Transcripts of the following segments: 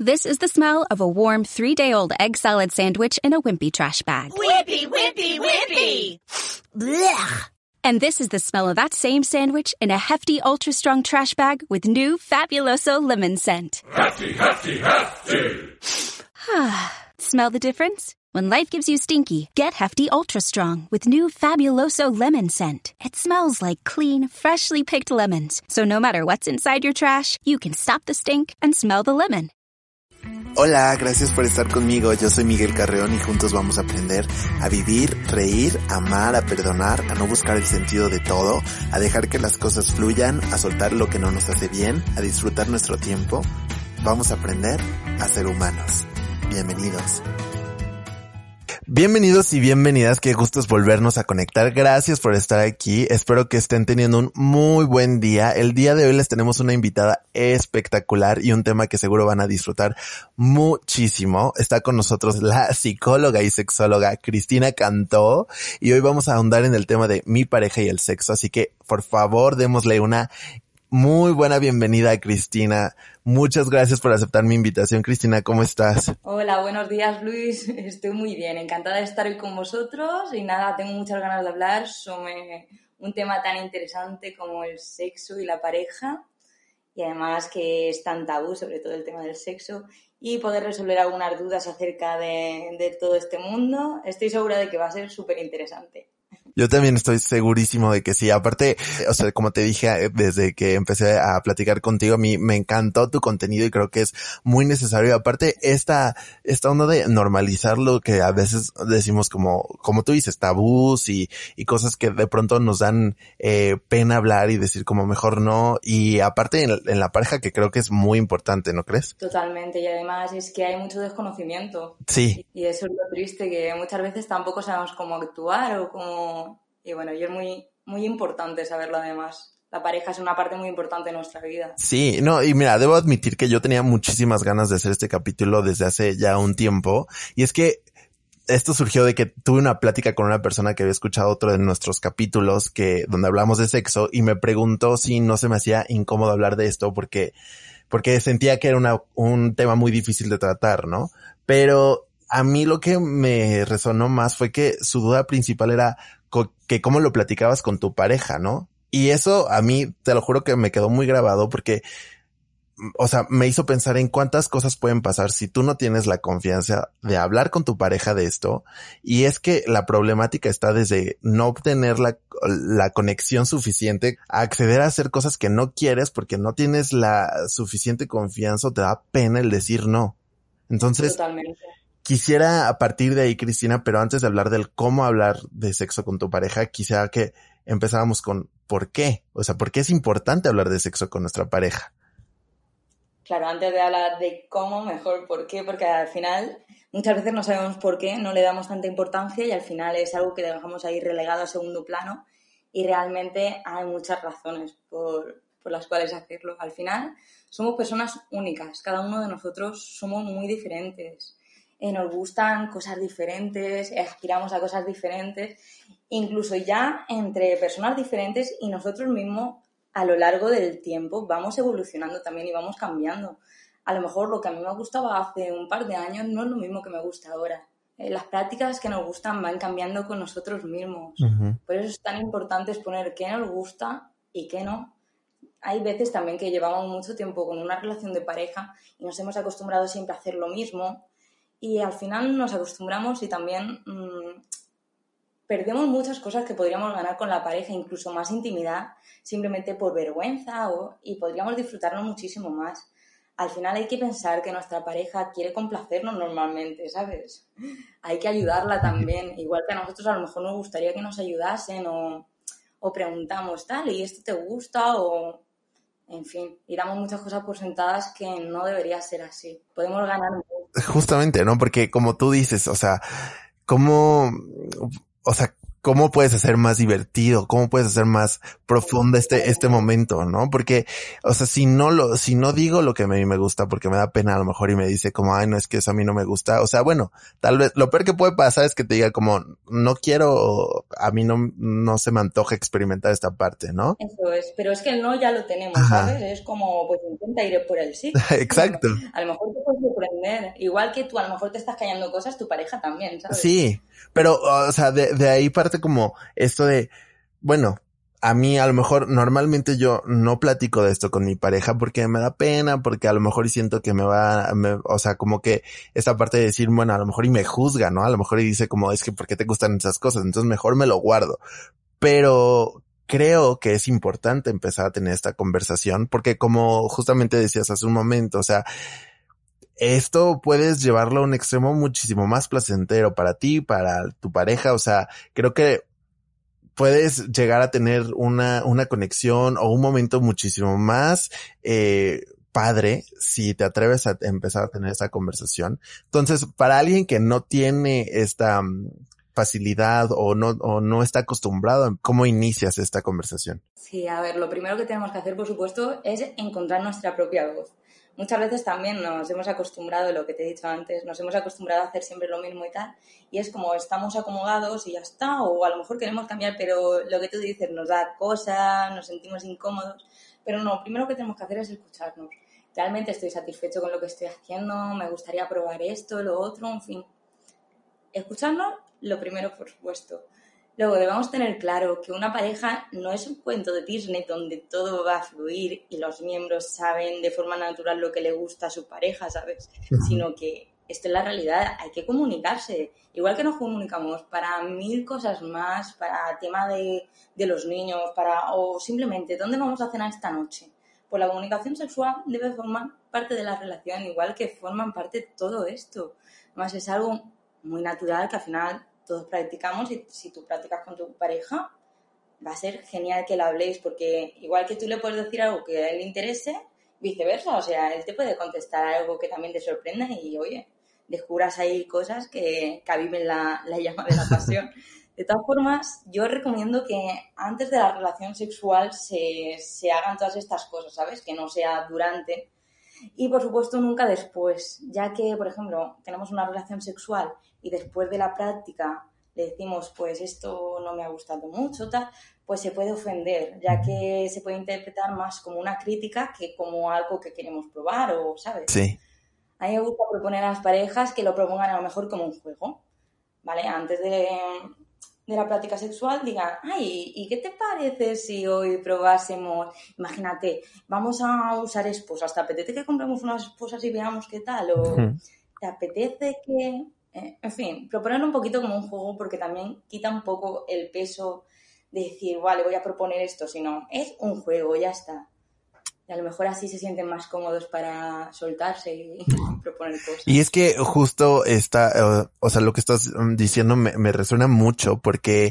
This is the smell of a warm 3-day-old egg salad sandwich in a Wimpy trash bag. Wimpy, Wimpy, Wimpy! Blech! And this is the smell of that same sandwich in a hefty, ultra-strong trash bag with new Fabuloso lemon scent. Hefty, hefty, hefty! Smell the difference? When life gives you stinky, get Hefty Ultra Strong with new Fabuloso lemon scent. It smells like clean, freshly picked lemons. So no matter what's inside your trash, you can stop the stink and smell the lemon. Hola, gracias por estar conmigo. Yo soy Miguel Carreón y juntos vamos a aprender a vivir, reír, amar, a perdonar, a no buscar el sentido de todo, a dejar que las cosas fluyan, a soltar lo que no nos hace bien, a disfrutar nuestro tiempo. Vamos a aprender a ser humanos. Bienvenidos. Bienvenidos y bienvenidas, qué gusto es volvernos a conectar. Gracias por estar aquí, espero que estén teniendo un muy buen día. El día de hoy les tenemos una invitada espectacular y un tema que seguro van a disfrutar muchísimo. Está con nosotros la psicóloga y sexóloga Cristina Cantó y hoy vamos a ahondar en el tema de mi pareja y el sexo, así que por favor démosle una muy buena bienvenida a Cristina. Muchas gracias por aceptar mi invitación. Cristina, ¿cómo estás? Hola, buenos días, Luis. Estoy muy bien, encantada de estar hoy con vosotros y nada, tengo muchas ganas de hablar sobre un tema tan interesante como el sexo y la pareja y además que es tan tabú, sobre todo el tema del sexo, y poder resolver algunas dudas acerca de todo este mundo. Estoy segura de que va a ser súper interesante. Yo también estoy segurísimo de que sí. Aparte, o sea, como te dije desde que empecé a platicar contigo, a mí me encantó tu contenido y creo que es muy necesario. Aparte, esta onda de normalizar lo que a veces decimos como tú dices, tabús y cosas que de pronto nos dan pena hablar y decir como mejor no. Y aparte en la pareja, que creo que es muy importante, ¿no crees? Totalmente, y además es que hay mucho desconocimiento. Sí. Y eso es lo triste, que muchas veces tampoco sabemos cómo actuar o cómo... Y bueno, y es muy, muy importante saberlo además. La pareja es una parte muy importante de nuestra vida. Sí, no, y mira, debo admitir que yo tenía muchísimas ganas de hacer este capítulo desde hace ya un tiempo. Y es que esto surgió de que tuve una plática con una persona que había escuchado otro de nuestros capítulos donde hablamos de sexo y me preguntó si no se me hacía incómodo hablar de esto porque sentía que era un tema muy difícil de tratar, ¿no? Pero a mí lo que me resonó más fue que su duda principal era que cómo lo platicabas con tu pareja, ¿no? Y eso a mí, te lo juro que me quedó muy grabado porque, o sea, me hizo pensar en cuántas cosas pueden pasar si tú no tienes la confianza de hablar con tu pareja de esto. Y es que la problemática está desde no obtener la conexión suficiente a acceder a hacer cosas que no quieres porque no tienes la suficiente confianza o te da pena el decir no. Entonces, totalmente. Quisiera a partir de ahí, Cristina, pero antes de hablar del cómo hablar de sexo con tu pareja, quisiera que empezáramos con ¿por qué? O sea, ¿por qué es importante hablar de sexo con nuestra pareja? Claro, antes de hablar de cómo, mejor por qué, porque al final muchas veces no sabemos por qué, no le damos tanta importancia y al final es algo que dejamos ahí relegado a segundo plano y realmente hay muchas razones por las cuales hacerlo. Al final somos personas únicas, cada uno de nosotros somos muy diferentes. Nos gustan cosas diferentes, aspiramos a cosas diferentes, incluso ya entre personas diferentes y nosotros mismos a lo largo del tiempo vamos evolucionando también y vamos cambiando. A lo mejor lo que a mí me gustaba hace un par de años no es lo mismo que me gusta ahora. Las prácticas que nos gustan van cambiando con nosotros mismos. Uh-huh. Por eso es tan importante exponer qué nos gusta y qué no. Hay veces también que llevamos mucho tiempo con una relación de pareja y nos hemos acostumbrado siempre a hacer lo mismo. Y al final nos acostumbramos y también perdemos muchas cosas que podríamos ganar con la pareja, incluso más intimidad, simplemente por vergüenza y podríamos disfrutarlo muchísimo más. Al final hay que pensar que nuestra pareja quiere complacernos normalmente, ¿sabes? Hay que ayudarla también, igual que a nosotros a lo mejor nos gustaría que nos ayudasen o preguntamos tal, ¿y esto te gusta? O... En fin, y damos muchas cosas por sentadas que no debería ser así. Podemos ganar mucho. Justamente, ¿no? Porque como tú dices, o sea, ¿cómo puedes hacer más divertido? ¿Cómo puedes hacer más profundo este momento, no? Porque, o sea, si no digo lo que a mí me gusta porque me da pena a lo mejor y me dice como, ay, no, es que eso a mí no me gusta. O sea, bueno, tal vez lo peor que puede pasar es que te diga como, no quiero, a mí no se me antoja experimentar esta parte, ¿no? Eso es, pero es que el no ya lo tenemos, Ajá. ¿sabes? Es como, pues intenta ir por el sí. Exacto. A lo mejor te puedes sorprender. Igual que tú a lo mejor te estás callando cosas, tu pareja también, ¿sabes? Sí, pero, o sea, de ahí parte como esto de, bueno, a mí a lo mejor normalmente yo no platico de esto con mi pareja porque me da pena, porque a lo mejor y siento que o sea, como que esta parte de decir, bueno, a lo mejor y me juzga, ¿no? A lo mejor y dice como, es que ¿por qué te gustan esas cosas? Entonces mejor me lo guardo. Pero creo que es importante empezar a tener esta conversación porque como justamente decías hace un momento, o sea, esto puedes llevarlo a un extremo muchísimo más placentero para ti, para tu pareja. O sea, creo que puedes llegar a tener una conexión o un momento muchísimo más padre si te atreves a empezar a tener esa conversación. Entonces, para alguien que no tiene esta facilidad o no está acostumbrado, ¿cómo inicias esta conversación? Sí, a ver, lo primero que tenemos que hacer, por supuesto, es encontrar nuestra propia voz. Muchas veces también nos hemos acostumbrado, lo que te he dicho antes, nos hemos acostumbrado a hacer siempre lo mismo y tal, y es como estamos acomodados y ya está, o a lo mejor queremos cambiar, pero lo que tú dices nos da cosas, nos sentimos incómodos, pero no, lo primero que tenemos que hacer es escucharnos. Realmente estoy satisfecho con lo que estoy haciendo, me gustaría probar esto, lo otro, en fin. Escucharnos, lo primero, por supuesto. Luego debemos tener claro que una pareja no es un cuento de Disney donde todo va a fluir y los miembros saben de forma natural lo que le gusta a su pareja, ¿sabes? Sino que esto es la realidad, hay que comunicarse. Igual que nos comunicamos para 1000 cosas más, para tema de los niños, o simplemente ¿dónde vamos a cenar esta noche? Pues la comunicación sexual debe formar parte de la relación, igual que forman parte de todo esto. Además es algo muy natural que al final todos practicamos y si tú practicas con tu pareja va a ser genial que lo habléis porque igual que tú le puedes decir algo que a él le interese, viceversa, o sea, él te puede contestar algo que también te sorprenda y oye, descubras ahí cosas que aviven la llama de la pasión. De todas formas, yo recomiendo que antes de la relación sexual se hagan todas estas cosas, ¿sabes? Que no sea durante. Y, por supuesto, nunca después, ya que, por ejemplo, tenemos una relación sexual y después de la práctica le decimos, pues esto no me ha gustado mucho, tal, pues se puede ofender, ya que se puede interpretar más como una crítica que como algo que queremos probar o, ¿sabes? Sí. A mí me gusta proponer a las parejas que lo propongan a lo mejor como un juego, ¿vale? Antes de la práctica sexual digan, ay, ¿y qué te parece si hoy probásemos? Imagínate, vamos a usar esposas, ¿te apetece que compremos unas esposas y veamos qué tal? ¿O te apetece que...? En fin, proponerlo un poquito como un juego porque también quita un poco el peso de decir, vale, voy a proponer esto, sino es un juego, ya está. Y a lo mejor así se sienten más cómodos para soltarse y proponer cosas. Y es que justo o sea, lo que estás diciendo me resuena mucho porque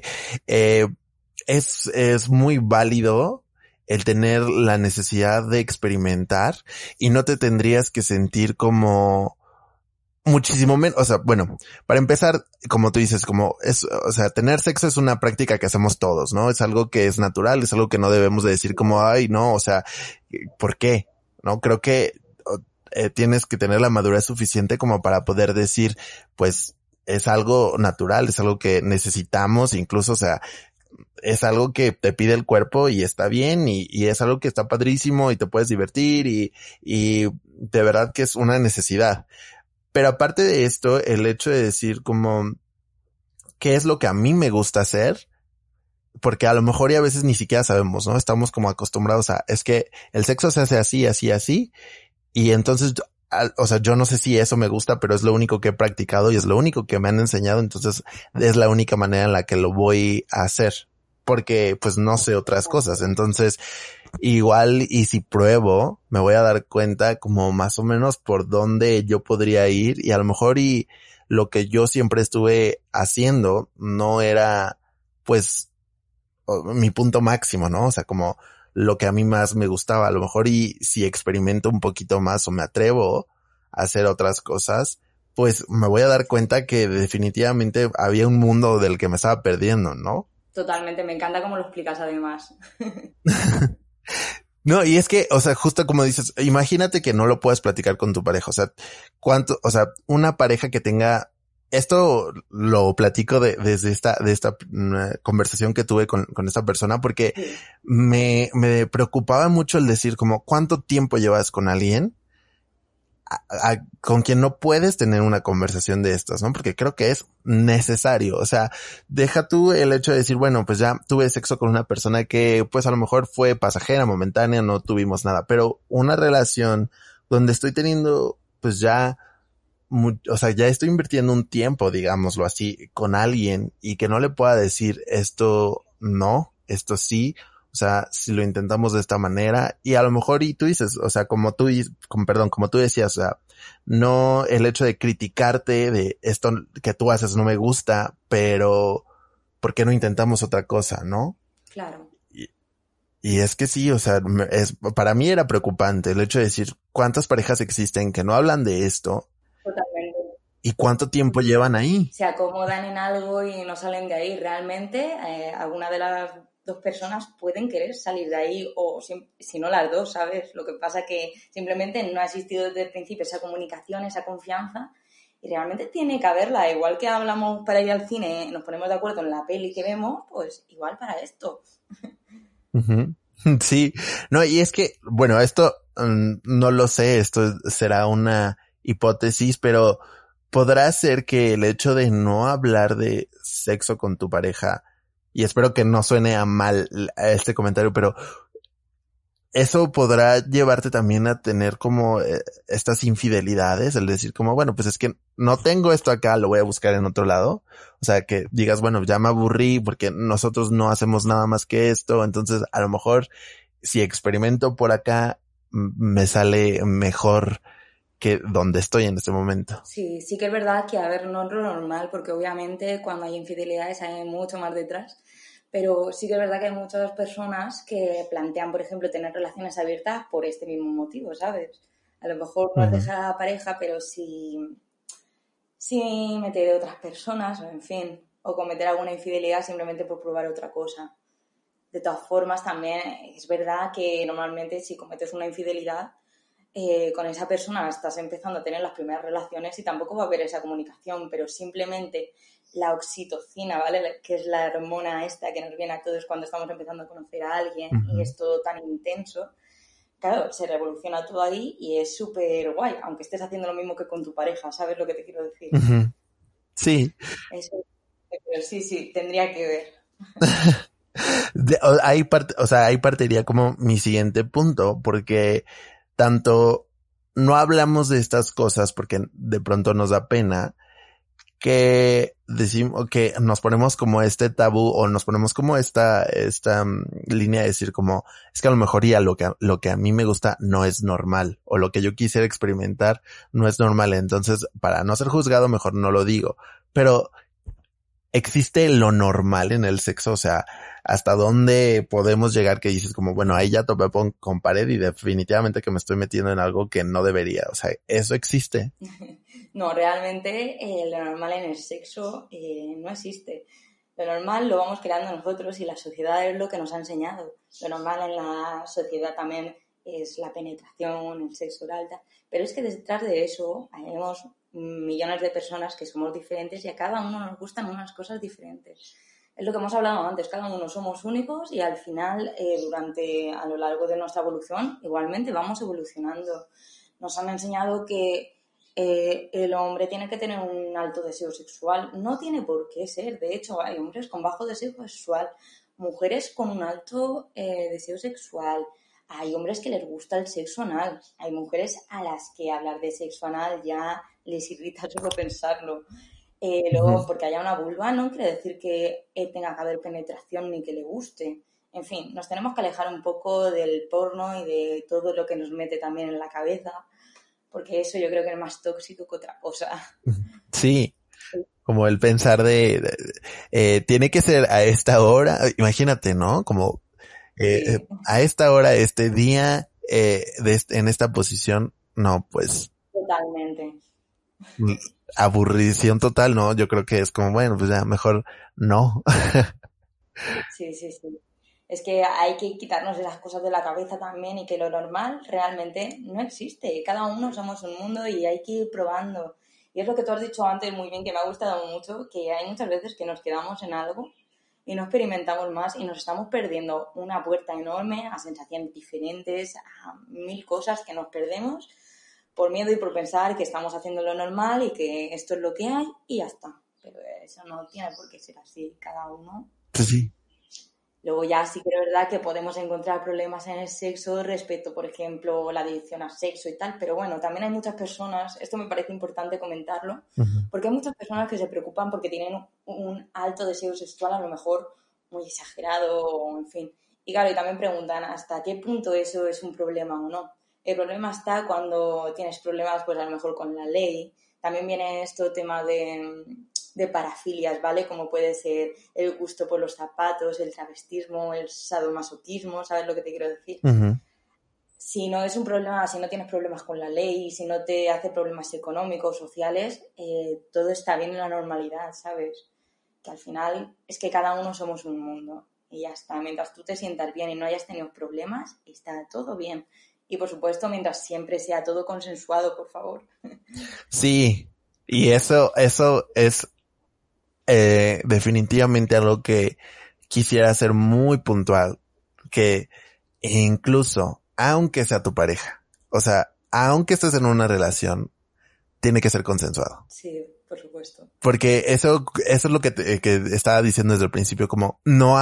es muy válido el tener la necesidad de experimentar y no te tendrías que sentir como muchísimo menos, o sea, bueno, para empezar, como tú dices, o sea, tener sexo es una práctica que hacemos todos, ¿no? Es algo que es natural, es algo que no debemos de decir como, ay, no, o sea, ¿por qué? No, creo que tienes que tener la madurez suficiente como para poder decir, pues, es algo natural, es algo que necesitamos, incluso, o sea, es algo que te pide el cuerpo y está bien y es algo que está padrísimo y te puedes divertir y de verdad que es una necesidad. Pero aparte de esto, el hecho de decir como, ¿qué es lo que a mí me gusta hacer? Porque a lo mejor y a veces ni siquiera sabemos, ¿no? Estamos como acostumbrados es que el sexo se hace así, así, así. Y entonces, o sea, yo no sé si eso me gusta, pero es lo único que he practicado y es lo único que me han enseñado. Entonces es la única manera en la que lo voy a hacer. Porque pues no sé otras cosas. Entonces, igual y si pruebo, me voy a dar cuenta como más o menos por dónde yo podría ir y a lo mejor y lo que yo siempre estuve haciendo no era pues mi punto máximo, ¿no? O sea, como lo que a mí más me gustaba. A lo mejor y si experimento un poquito más o me atrevo a hacer otras cosas, pues me voy a dar cuenta que definitivamente había un mundo del que me estaba perdiendo, ¿no? Totalmente, me encanta cómo lo explicas además. No, y es que, o sea, justo como dices, imagínate que no lo puedes platicar con tu pareja, o sea, una pareja que tenga, esto lo platico desde esta conversación que tuve con esta persona, porque Sí. me preocupaba mucho el decir como, ¿cuánto tiempo llevas con alguien con quien no puedes tener una conversación de estas, ¿no? Porque creo que es necesario. O sea, deja tú el hecho de decir, bueno, pues ya tuve sexo con una persona que pues a lo mejor fue pasajera, momentánea, no tuvimos nada, pero una relación donde estoy teniendo pues ya, o sea, ya estoy invirtiendo un tiempo, digámoslo así, con alguien y que no le pueda decir esto no, esto sí. O sea, si lo intentamos de esta manera y a lo mejor, y tú dices, o sea, como tú decías, o sea, no el hecho de criticarte de esto que tú haces no me gusta, pero ¿por qué no intentamos otra cosa, no? Claro. Y es que sí, o sea, para mí era preocupante el hecho de decir cuántas parejas existen que no hablan de esto Totalmente. y cuánto tiempo llevan ahí. Se acomodan en algo y no salen de ahí. Realmente, alguna de las dos personas pueden querer salir de ahí o si no las dos, ¿sabes? Lo que pasa es que simplemente no ha existido desde el principio esa comunicación, esa confianza y realmente tiene que haberla. Igual que hablamos para ir al cine, nos ponemos de acuerdo en la peli que vemos, pues igual para esto. Uh-huh. Sí, no, y es que, bueno, esto no lo sé, esto será una hipótesis, pero podrá ser que el hecho de no hablar de sexo con tu pareja, y espero que no suene a mal a este comentario, pero eso podrá llevarte también a tener como estas infidelidades, el decir como, bueno, pues es que no tengo esto acá, lo voy a buscar en otro lado. O sea, que digas, bueno, ya me aburrí porque nosotros no hacemos nada más que esto. Entonces, a lo mejor si experimento por acá, me sale mejor que donde estoy en este momento. Sí, sí que es verdad que, a ver, no es lo normal, porque obviamente cuando hay infidelidades hay mucho más detrás, pero sí que es verdad que hay muchas personas que plantean, por ejemplo, tener relaciones abiertas por este mismo motivo, ¿sabes? A lo mejor no es dejar a la pareja, pero sí meter a otras personas, o en fin, o cometer alguna infidelidad simplemente por probar otra cosa. De todas formas, también es verdad que normalmente si cometes una infidelidad, con esa persona estás empezando a tener las primeras relaciones y tampoco va a haber esa comunicación, pero simplemente la oxitocina, ¿vale? Que es la hormona esta que nos viene a todos cuando estamos empezando a conocer a alguien y es todo tan intenso, claro, se revoluciona todo ahí y es súper guay, aunque estés haciendo lo mismo que con tu pareja, ¿sabes lo que te quiero decir? Sí. Eso, pero sí, tendría que ver. Ahí partiría como mi siguiente punto, porque tanto no hablamos de estas cosas porque de pronto nos da pena, que decimos que nos ponemos como este tabú o nos ponemos como esta línea de decir como es que a lo mejor ya lo que a mí me gusta no es normal o lo que yo quisiera experimentar no es normal, entonces para no ser juzgado mejor no lo digo, pero ¿existe lo normal en el sexo? O sea, ¿hasta dónde podemos llegar que dices como, bueno, ahí ya topé con pared y definitivamente que me estoy metiendo en algo que no debería? O sea, ¿eso existe? No, realmente lo normal en el sexo no existe. Lo normal lo vamos creando nosotros y la sociedad es lo que nos ha enseñado. Lo normal en la sociedad también es la penetración, el sexo oral, pero es que detrás de eso tenemos millones de personas que somos diferentes y a cada uno nos gustan unas cosas diferentes. Es lo que hemos hablado antes, cada uno somos únicos y al final, a lo largo de nuestra evolución, igualmente vamos evolucionando. Nos han enseñado que el hombre tiene que tener un alto deseo sexual. No tiene por qué ser. De hecho, hay hombres con bajo deseo sexual, mujeres con un alto deseo sexual. Hay hombres que les gusta el sexo anal. Hay mujeres a las que hablar de sexo anal ya les irrita solo pensarlo. Luego, porque haya una vulva no quiere decir que tenga que haber penetración ni que le guste. En fin, nos tenemos que alejar un poco del porno y de todo lo que nos mete también en la cabeza, porque eso yo creo que es más tóxico que otra cosa. Sí, como el pensar tiene que ser a esta hora, imagínate, ¿no? Como Sí. a esta hora, este día, en esta posición, no, pues. Totalmente. Aburrición total, ¿no? Yo creo que es como, bueno, pues ya mejor no. Sí, sí, sí. Es que hay que quitarnos esas cosas de la cabeza también y que lo normal realmente no existe. Cada uno somos un mundo y hay que ir probando. Y es lo que tú has dicho antes muy bien, que me ha gustado mucho, que hay muchas veces que nos quedamos en algo y no experimentamos más y nos estamos perdiendo una puerta enorme a sensaciones diferentes, a mil cosas que nos perdemos por miedo y por pensar que estamos haciendo lo normal y que esto es lo que hay y ya está. Pero eso no tiene por qué ser así. Cada uno. Pues sí. Luego ya sí que es verdad que podemos encontrar problemas en el sexo respecto, por ejemplo, la adicción al sexo y tal, pero bueno, también hay muchas personas, esto me parece importante comentarlo, Uh-huh. porque hay muchas personas que se preocupan porque tienen un alto deseo sexual a lo mejor muy exagerado, o en fin. Y claro, y también preguntan hasta qué punto eso es un problema o no. El problema está cuando tienes problemas, pues a lo mejor con la ley. También viene esto tema de parafilias, ¿vale? Como puede ser el gusto por los zapatos, el travestismo, el sadomasoquismo, ¿sabes lo que te quiero decir? Uh-huh. Si no es un problema, si no tienes problemas con la ley, si no te hace problemas económicos, sociales, todo está bien en la normalidad, ¿sabes? Que al final es que cada uno somos un mundo y ya está. Mientras tú te sientas bien y no hayas tenido problemas, está todo bien. Y por supuesto, mientras siempre sea todo consensuado, por favor. Sí, y eso es definitivamente algo que quisiera ser muy puntual, que incluso, aunque sea tu pareja, o sea, aunque estés en una relación, tiene que ser consensuado. Sí, por supuesto. Porque eso es lo que estaba diciendo desde el principio, como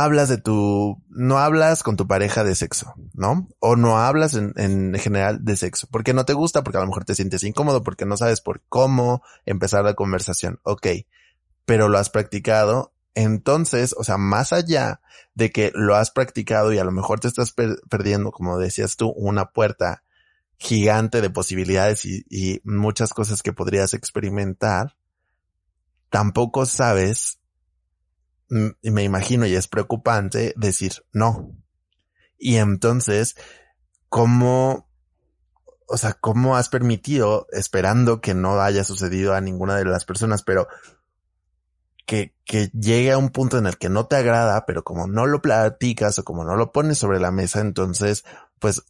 no hablas con tu pareja de sexo, ¿no? O no hablas en general de sexo, porque no te gusta, porque a lo mejor te sientes incómodo, porque no sabes por cómo empezar la conversación. Ok, pero lo has practicado. Entonces, o sea, más allá de que lo has practicado y a lo mejor te estás perdiendo, como decías tú, una puerta gigante de posibilidades y muchas cosas que podrías experimentar, tampoco sabes, y me imagino, y es preocupante decir no. Y entonces, ¿cómo, o sea, cómo has permitido, esperando que no haya sucedido a ninguna de las personas, pero que llegue a un punto en el que no te agrada, pero como no lo platicas o como no lo pones sobre la mesa, entonces, pues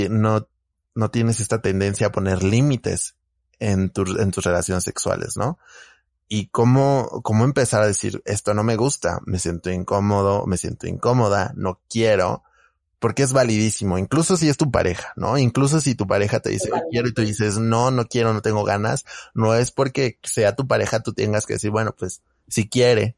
no tienes esta tendencia a poner límites en tus relaciones sexuales, ¿no? Y cómo empezar a decir, esto no me gusta, me siento incómodo, me siento incómoda, no quiero, porque es validísimo, incluso si es tu pareja, ¿no? Incluso si tu pareja te dice, hoy quiero, y tú dices, no, no quiero, no tengo ganas, no es porque sea tu pareja, tú tengas que decir, bueno, pues, si quiere,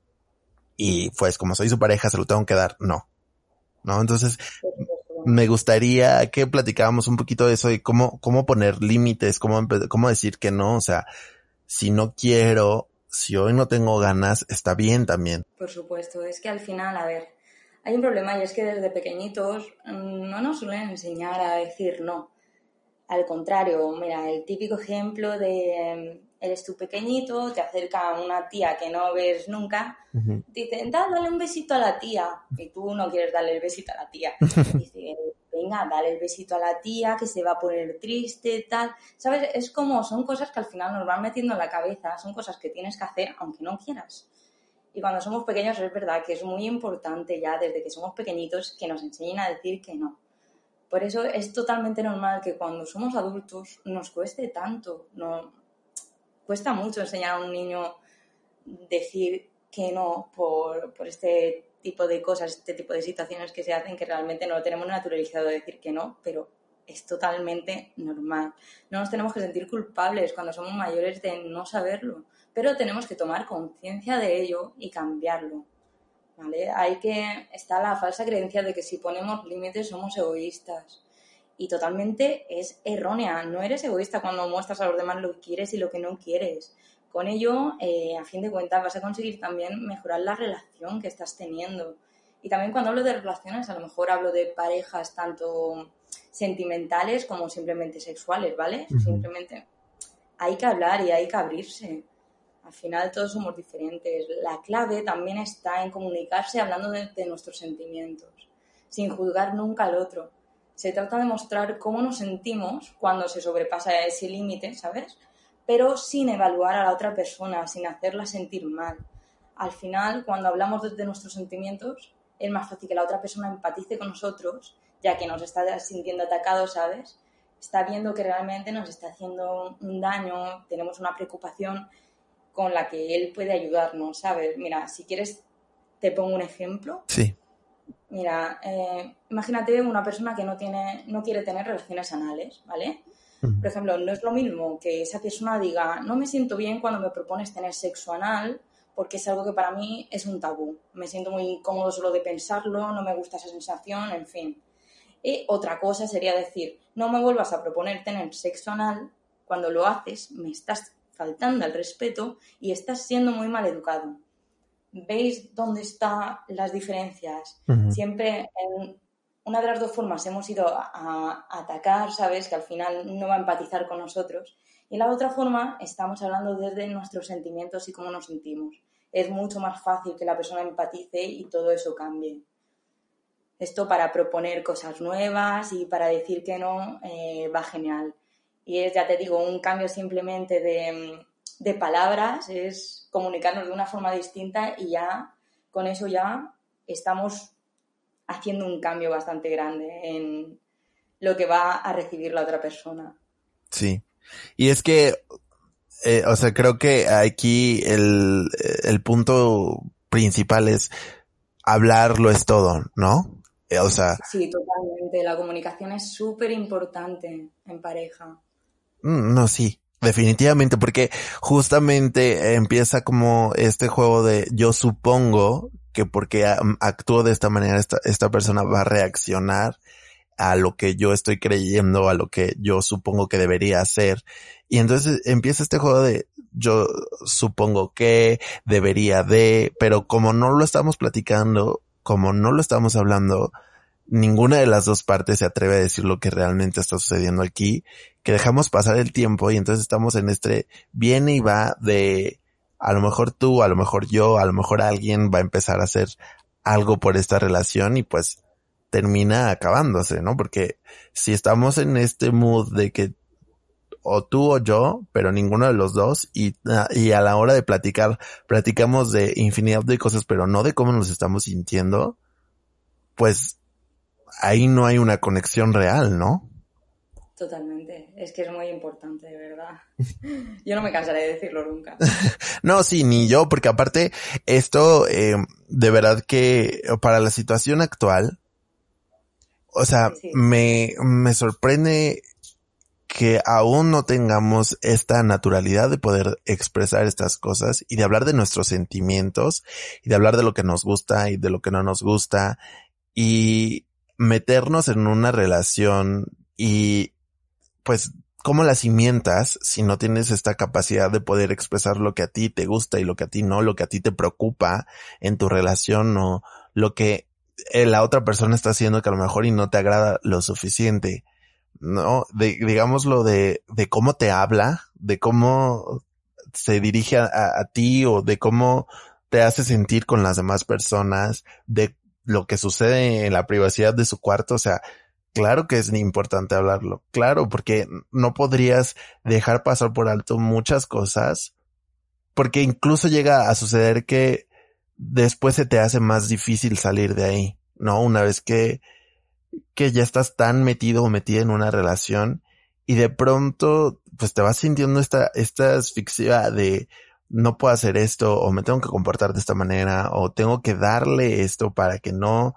y pues como soy su pareja, se lo tengo que dar, no, ¿no? Entonces, me gustaría que platicáramos un poquito de eso y cómo poner límites, cómo decir que no, o sea, si no quiero, si hoy no tengo ganas, está bien también. Por supuesto, es que al final, a ver, hay un problema y es que desde pequeñitos no nos suelen enseñar a decir no. Al contrario, mira, el típico ejemplo de eres tú pequeñito, te acerca una tía que no ves nunca, Uh-huh. dicen, dale un besito a la tía, y tú no quieres darle el besito a la tía. Dice, venga, dale el besito a la tía, que se va a poner triste, tal. ¿Sabes? Es como, son cosas que al final nos van metiendo en la cabeza, son cosas que tienes que hacer aunque no quieras. Y cuando somos pequeños es verdad que es muy importante ya desde que somos pequeñitos que nos enseñen a decir que no. Por eso es totalmente normal que cuando somos adultos nos cueste tanto. No, cuesta mucho enseñar a un niño decir que no por este tipo de cosas, este tipo de situaciones que se hacen que realmente no lo tenemos naturalizado de decir que no, pero es totalmente normal. No nos tenemos que sentir culpables cuando somos mayores de no saberlo, pero tenemos que tomar conciencia de ello y cambiarlo. ¿Vale? Está la falsa creencia de que si ponemos límites somos egoístas. Y totalmente es errónea. No eres egoísta cuando muestras a los demás lo que quieres y lo que no quieres. Con ello, a fin de cuentas, vas a conseguir también mejorar la relación que estás teniendo. Y también cuando hablo de relaciones, a lo mejor hablo de parejas tanto sentimentales como simplemente sexuales, ¿vale? Uh-huh. Simplemente hay que hablar y hay que abrirse. Al final todos somos diferentes. La clave también está en comunicarse hablando de nuestros sentimientos, sin juzgar nunca al otro. Se trata de mostrar cómo nos sentimos cuando se sobrepasa ese límite, ¿sabes? pero sin evaluar a la otra persona, sin hacerla sentir mal. Al final, cuando hablamos de nuestros sentimientos, es más fácil que la otra persona empatice con nosotros, ya que nos está sintiendo atacados, ¿sabes? Está viendo que realmente nos está haciendo un daño, tenemos una preocupación con la que él puede ayudarnos, ¿sabes? Mira, si quieres te pongo un ejemplo. Sí. Mira, imagínate una persona que no quiere tener relaciones anales, ¿vale? Por ejemplo, no es lo mismo que esa persona diga, no me siento bien cuando me propones tener sexo anal porque es algo que para mí es un tabú. Me siento muy incómodo solo de pensarlo, no me gusta esa sensación, en fin. Y otra cosa sería decir, no me vuelvas a proponer tener sexo anal, cuando lo haces me estás faltando al respeto y estás siendo muy mal educado. ¿Veis dónde están las diferencias? Uh-huh. Siempre en una de las dos formas hemos ido a atacar, ¿sabes? Que al final no va a empatizar con nosotros. Y la otra forma estamos hablando desde nuestros sentimientos y cómo nos sentimos. Es mucho más fácil que la persona empatice y todo eso cambie. Esto para proponer cosas nuevas y para decir que no va genial. Y es, ya te digo, un cambio simplemente de palabras, es comunicarnos de una forma distinta y ya con eso ya estamos haciendo un cambio bastante grande en lo que va a recibir la otra persona. Sí. Y es que, o sea, creo que aquí el punto principal es hablarlo es todo, ¿no? O sea... Sí, totalmente. La comunicación es súper importante en pareja. No, sí, definitivamente, porque justamente empieza como este juego de yo supongo que porque actúo de esta manera esta persona va a reaccionar a lo que yo estoy creyendo, a lo que yo supongo que debería hacer. Y entonces empieza este juego de yo supongo que debería de, pero como no lo estamos platicando, como no lo estamos hablando, ninguna de las dos partes se atreve a decir lo que realmente está sucediendo aquí, que dejamos pasar el tiempo y entonces estamos en este viene y va de a lo mejor tú, a lo mejor yo, a lo mejor alguien va a empezar a hacer algo por esta relación y pues termina acabándose, ¿no? Porque si estamos en este mood de que o tú o yo, pero ninguno de los dos, y a la hora de platicamos de infinidad de cosas, pero no de cómo nos estamos sintiendo, pues ahí no hay una conexión real, ¿no? Totalmente. Es que es muy importante, de verdad. Yo no me cansaré de decirlo nunca. No, sí, ni yo, porque aparte esto, de verdad que para la situación actual, o sea, sí. me sorprende que aún no tengamos esta naturalidad de poder expresar estas cosas y de hablar de nuestros sentimientos y de hablar de lo que nos gusta y de lo que no nos gusta y meternos en una relación y pues ¿cómo la cimientas si no tienes esta capacidad de poder expresar lo que a ti te gusta y lo que a ti no, lo que a ti te preocupa en tu relación o lo que la otra persona está haciendo que a lo mejor y no te agrada lo suficiente? No, digámoslo de cómo te habla, de cómo se dirige a ti o de cómo te hace sentir con las demás personas, de lo que sucede en la privacidad de su cuarto. O sea, claro que es importante hablarlo, claro, porque no podrías dejar pasar por alto muchas cosas, porque incluso llega a suceder que después se te hace más difícil salir de ahí, ¿no? Una vez que ya estás tan metido o metida en una relación y de pronto pues te vas sintiendo esta asfixia de no puedo hacer esto o me tengo que comportar de esta manera o tengo que darle esto para que no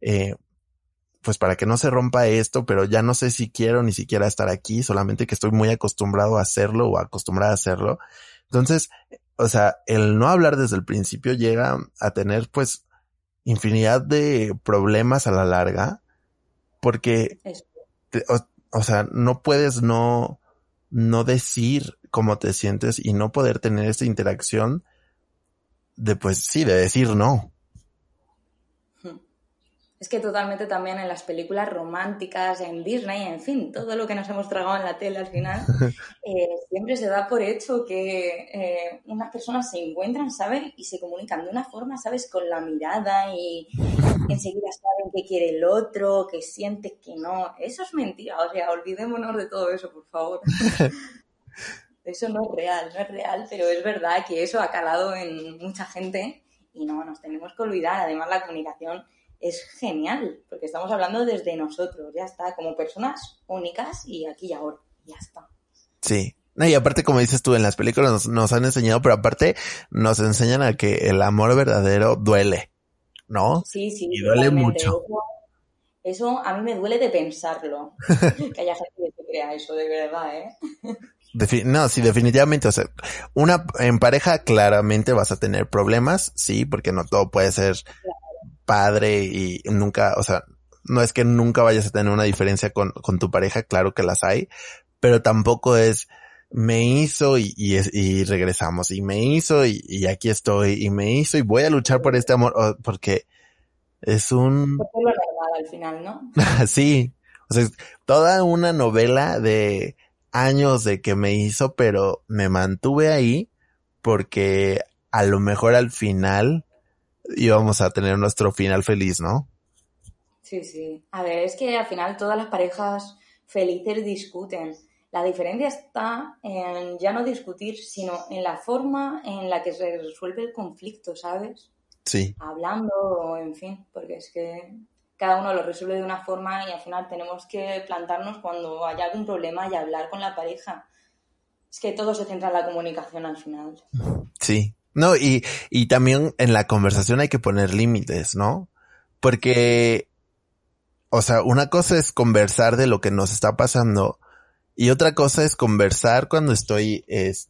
pues para que no se rompa esto, pero ya no sé si quiero ni siquiera estar aquí, solamente que estoy muy acostumbrado a hacerlo o acostumbrada a hacerlo. Entonces, o sea, el no hablar desde el principio llega a tener pues infinidad de problemas a la larga. Porque, o sea, no puedes no decir cómo te sientes y no poder tener esta interacción de, pues sí, de decir no. Es que totalmente también en las películas románticas, en Disney, en fin, todo lo que nos hemos tragado en la tele al final, siempre se da por hecho que unas personas se encuentran, ¿sabes? Y se comunican de una forma, ¿sabes? Con la mirada y enseguida saben qué quiere el otro, que siente que no. Eso es mentira, o sea, olvidémonos de todo eso, por favor. Eso no es real, pero es verdad que eso ha calado en mucha gente y no nos tenemos que olvidar. Además, la comunicación es genial, porque estamos hablando desde nosotros, ya está, como personas únicas y aquí y ahora, ya está. Sí. No, y aparte, como dices tú, en las películas nos han enseñado, pero aparte nos enseñan a que el amor verdadero duele, ¿no? Sí, y duele mucho. Eso a mí me duele de pensarlo, que haya gente que se crea eso, de verdad, ¿eh? No, sí, definitivamente, o sea, en pareja claramente vas a tener problemas, sí, porque no todo puede ser padre y nunca, o sea, no es que nunca vayas a tener una diferencia con tu pareja, claro que las hay, pero tampoco es me hizo y regresamos, y me hizo y aquí estoy, y me hizo y voy a luchar por este amor, porque es un... Porque es lo normal al final, ¿no? Sí, o sea, es toda una novela de años de que me hizo, pero me mantuve ahí porque a lo mejor al final íbamos a tener nuestro final feliz, ¿no? Sí, sí. A ver, es que al final todas las parejas felices discuten. La diferencia está en ya no discutir, sino en la forma en la que se resuelve el conflicto, ¿sabes? Sí. Hablando o en fin, porque es que cada uno lo resuelve de una forma y al final tenemos que plantarnos cuando haya algún problema y hablar con la pareja. Es que todo se centra en la comunicación al final. Sí. No, y también en la conversación hay que poner límites, ¿no? Porque, o sea, una cosa es conversar de lo que nos está pasando y otra cosa es conversar cuando estoy,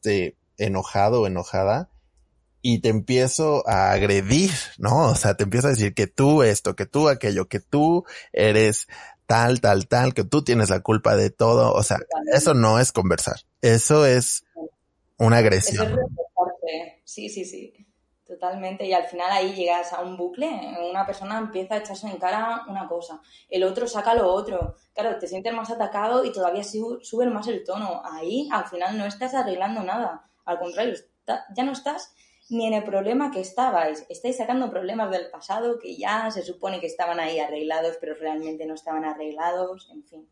enojado o enojada y te empiezo a agredir, ¿no? O sea, te empiezo a decir que tú esto, que tú aquello, que tú eres tal, que tú tienes la culpa de todo. O sea, eso no es conversar. Eso es una agresión. Eso es respetarte. Sí, sí, sí. Totalmente. Y al final ahí llegas a un bucle. Una persona empieza a echarse en cara una cosa. El otro saca lo otro. Claro, te sientes más atacado y todavía sube más el tono. Ahí al final no estás arreglando nada. Al contrario, ya no estás ni en el problema que estabais. Estáis sacando problemas del pasado que ya se supone que estaban ahí arreglados, pero realmente no estaban arreglados. En fin.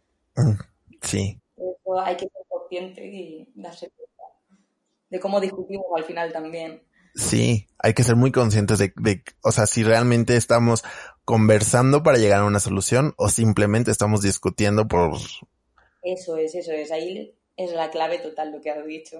Sí. Eso hay que ser consciente y darse cuenta de cómo discutimos al final también. Sí, hay que ser muy conscientes de, o sea, si realmente estamos conversando para llegar a una solución o simplemente estamos discutiendo por... Eso es. Ahí es la clave total lo que has dicho.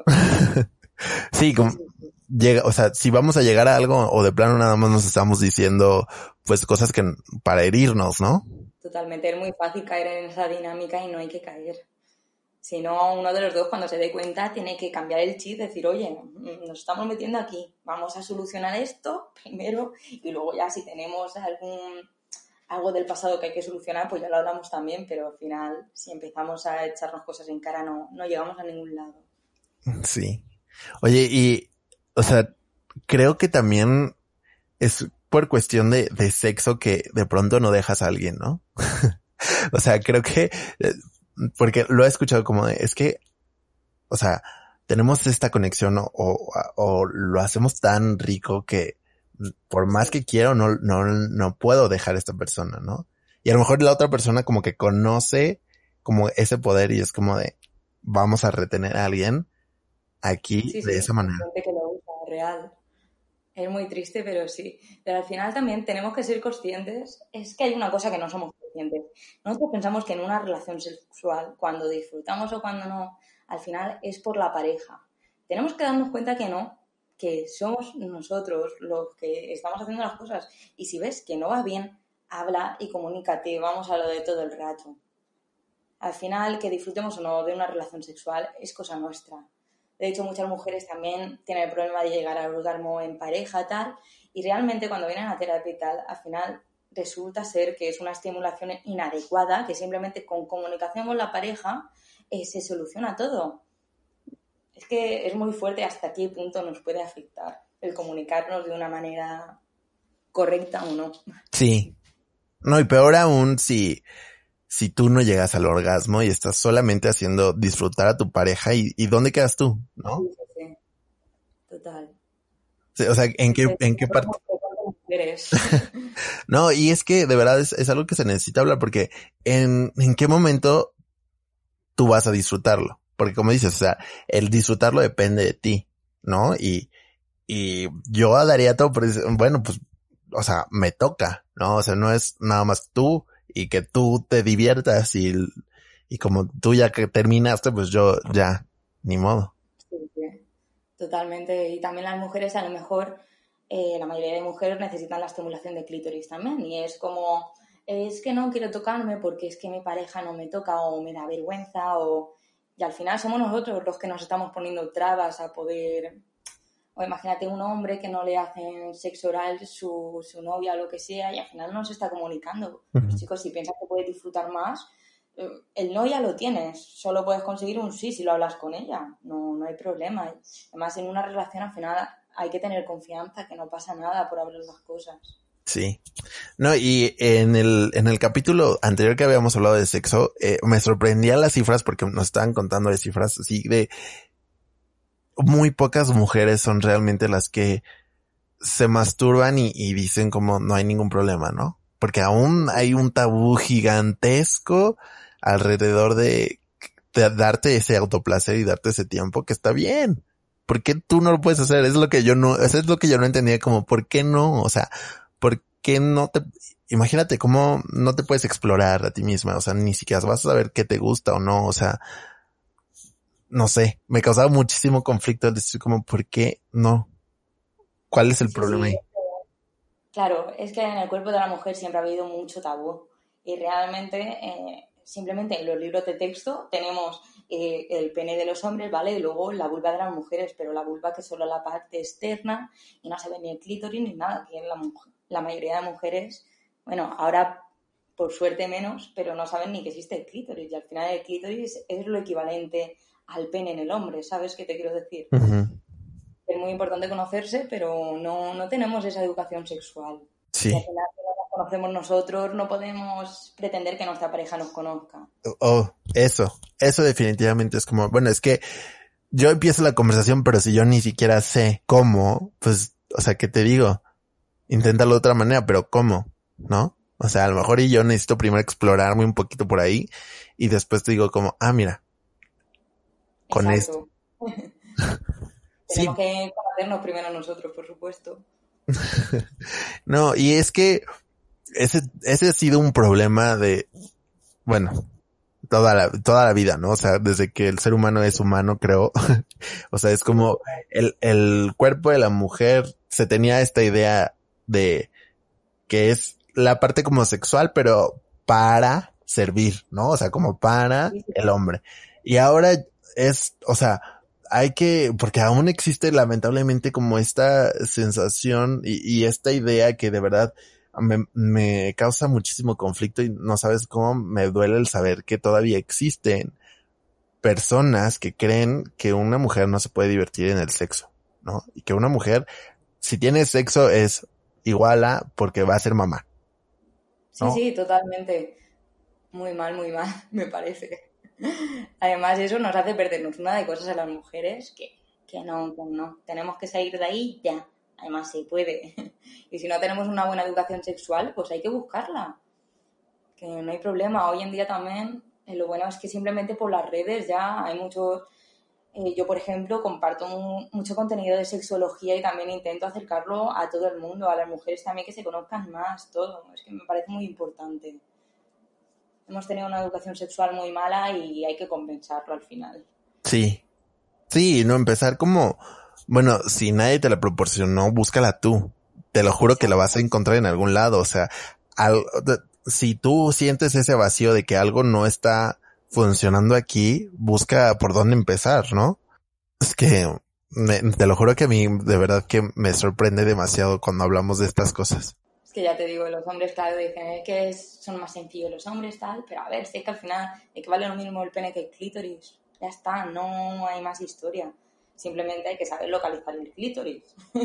Sí, como o sea, si vamos a llegar a algo o de plano nada más nos estamos diciendo pues cosas que para herirnos, ¿no? Totalmente, es muy fácil caer en esa dinámica y no hay que caer. Si no, uno de los dos cuando se dé cuenta tiene que cambiar el chip, decir, oye, nos estamos metiendo aquí, vamos a solucionar esto primero y luego ya si tenemos algo del pasado que hay que solucionar, pues ya lo hablamos también, pero al final si empezamos a echarnos cosas en cara no llegamos a ningún lado. Sí. Oye, y, o sea, creo que también es por cuestión de sexo que de pronto no dejas a alguien, ¿no? O sea, creo que, porque lo he escuchado como de, es que, o sea, tenemos esta conexión o lo hacemos tan rico que por más que quiero no puedo dejar a esta persona, ¿no? Y a lo mejor la otra persona como que conoce como ese poder y es como de, vamos a retener a alguien aquí de esa manera. Gente que lo usa, real. Es muy triste, pero sí. Pero al final también tenemos que ser conscientes. Es que hay una cosa que no somos conscientes. Nosotros pensamos que en una relación sexual, cuando disfrutamos o cuando no, al final es por la pareja. Tenemos que darnos cuenta que no, que somos nosotros los que estamos haciendo las cosas. Y si ves que no va bien, habla y comunícate. Vamos a lo de todo el rato. Al final, que disfrutemos o no de una relación sexual es cosa nuestra. De hecho, muchas mujeres también tienen el problema de llegar al orgasmo en pareja, tal, y realmente cuando vienen a terapia y tal, al final resulta ser que es una estimulación inadecuada, que simplemente con comunicación con la pareja se soluciona todo. Es que es muy fuerte hasta qué punto nos puede afectar el comunicarnos de una manera correcta o no. Sí. No, y peor aún si tú no llegas al orgasmo y estás solamente haciendo disfrutar a tu pareja y ¿dónde quedas tú? ¿no? Sí. Total. Sí, o sea, ¿en qué parte? No, y es que de verdad es algo que se necesita hablar porque ¿en qué momento tú vas a disfrutarlo? Porque como dices, o sea, el disfrutarlo depende de ti, ¿no? Y yo daría todo por eso. Bueno, pues, o sea, me toca, ¿no? O sea, no es nada más tú y que tú te diviertas y como tú ya que terminaste, pues yo ya, ni modo. Sí, sí, totalmente. Y también las mujeres, a lo mejor, la mayoría de mujeres necesitan la estimulación de clítoris también. Y es como, es que no quiero tocarme porque es que mi pareja no me toca o me da vergüenza y al final somos nosotros los que nos estamos poniendo trabas a poder... O imagínate un hombre que no le hacen sexo oral su novia o lo que sea y al final no se está comunicando. Pues chicos, si piensas que puedes disfrutar más, el no ya lo tienes. Solo puedes conseguir un sí si lo hablas con ella. No hay problema. Además, en una relación al final hay que tener confianza, que no pasa nada por hablar las cosas. Sí. No, y en el capítulo anterior que habíamos hablado de sexo, me sorprendían las cifras porque nos estaban contando de cifras así de muy pocas mujeres son realmente las que se masturban y dicen como no hay ningún problema, ¿no? Porque aún hay un tabú gigantesco alrededor de darte ese autoplacer y darte ese tiempo que está bien. ¿Por qué tú no lo puedes hacer? Es lo que yo no, eso es lo que yo no entendía, como ¿por qué no? O sea, ¿por qué no te, imagínate cómo no te puedes explorar a ti misma? O sea, ni siquiera vas a saber qué te gusta o no, o sea, no sé, me causaba muchísimo conflicto el decir como, ¿por qué no? ¿Cuál es el Sí, problema sí. ahí? Claro, es que en el cuerpo de la mujer siempre ha habido mucho tabú y realmente simplemente en los libros de texto tenemos el pene de los hombres, ¿vale? Y luego la vulva de las mujeres, pero la vulva que es solo la parte externa y no se ve ni el clítoris ni nada, que la mayoría de mujeres, bueno, ahora por suerte menos, pero no saben ni que existe el clítoris y al final el clítoris es lo equivalente al pene en el hombre, ¿sabes qué te quiero decir? Uh-huh. Es muy importante conocerse, pero no tenemos esa educación sexual. Y al Sí. final, si no nos conocemos nosotros, no podemos pretender que nuestra pareja nos conozca. Oh, eso definitivamente es como, bueno, es que yo empiezo la conversación, pero si yo ni siquiera sé cómo, pues, o sea, ¿qué te digo? Inténtalo de otra manera, pero ¿cómo? ¿No? O sea, a lo mejor y yo necesito primero explorarme un poquito por ahí y después te digo como, ah, mira, con esto. Exacto. Tenemos Sí, que conocernos primero nosotros, por supuesto. no, y es que ese ha sido un problema de, bueno, toda la vida, ¿no? O sea, desde que el ser humano es humano, creo. O sea, es como el cuerpo de la mujer se tenía esta idea de que es la parte como sexual, pero para servir, ¿no? O sea, como para el hombre. Y ahora es, o sea, porque aún existe lamentablemente como esta sensación y esta idea que de verdad me causa muchísimo conflicto y no sabes cómo me duele el saber que todavía existen personas que creen que una mujer no se puede divertir en el sexo, ¿no? Y que una mujer, si tiene sexo, es igual a porque va a ser mamá, Sí, ¿no? sí, totalmente. Muy mal, me parece. Además, eso nos hace perdernos una de cosas a las mujeres que no. Tenemos que salir de ahí ya. Además, se puede. Y si no tenemos una buena educación sexual, pues hay que buscarla. Que no hay problema. Hoy en día también, lo bueno es que simplemente por las redes ya hay muchos... yo, por ejemplo, comparto mucho contenido de sexología y también intento acercarlo a todo el mundo, a las mujeres también que se conozcan más, todo. Es que me parece muy importante. Hemos tenido una educación sexual muy mala y hay que compensarlo al final. Sí, sí, no empezar como, bueno, si nadie te la proporcionó, búscala tú. Te lo juro que la vas a encontrar en algún lado. O sea, si tú sientes ese vacío de que algo no está funcionando aquí, busca por dónde empezar, ¿no? Es que te lo juro que a mí de verdad que me sorprende demasiado cuando hablamos de estas cosas. Es que ya te digo, los hombres, claro, dicen que son más sencillos los hombres, tal, pero a ver, si es que al final es que vale lo mismo el pene que el clítoris. Ya está, no hay más historia. Simplemente hay que saber localizar el clítoris.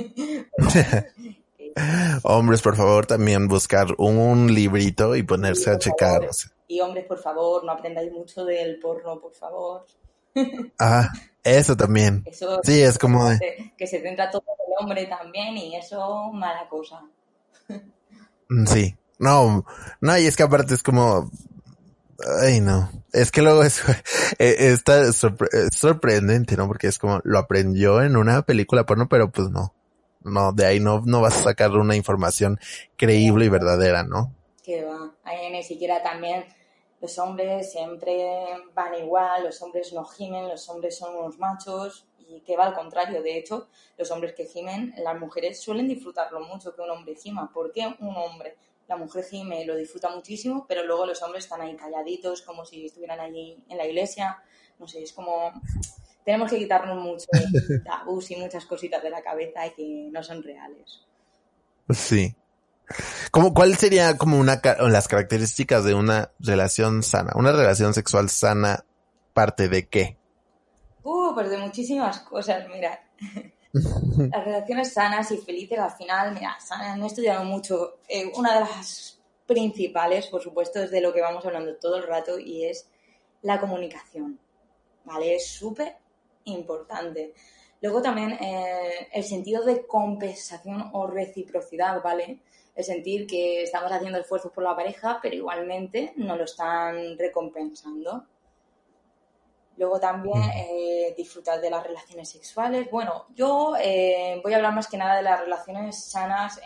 Hombres, por favor, también buscar un librito y Y, ponerse a por checar. O favor, sea. y hombres, por favor, no aprendáis mucho del porno, por favor. Ah, eso también. Eso Sí, es como de, que se centra todo en el hombre también y eso, mala cosa. sí. No, y es que aparte es como, Ay, no. Es que luego es sorprendente, ¿no? Porque es como lo aprendió en una película porno, pero pues no. No, de ahí no vas a sacar una información creíble y verdadera, ¿no? Que va. Ahí ni siquiera también los hombres siempre van igual, los hombres no gimen, los hombres son unos machos y que va al contrario. De hecho, los hombres que gimen, las mujeres suelen disfrutarlo mucho que un hombre gima. ¿Por qué un hombre? La mujer gime y lo disfruta muchísimo, pero luego los hombres están ahí calladitos, como si estuvieran allí en la iglesia. No sé, es como... Tenemos que quitarnos muchos tabús y muchas cositas de la cabeza y que no son reales. Sí. ¿Cuál sería como las características de una relación sana? Una relación sexual sana parte de qué? Pues de muchísimas cosas, mira. Las relaciones sanas y felices al final, mira, sanas, no he estudiado mucho. Una de las principales, por supuesto, es de lo que vamos hablando todo el rato y es la comunicación, ¿vale? Es súper importante. Luego también el sentido de compensación o reciprocidad, ¿vale? El sentir que estamos haciendo esfuerzos por la pareja, pero igualmente no lo están recompensando. Luego también disfrutar de las relaciones sexuales. Bueno, yo voy a hablar más que nada de las relaciones sanas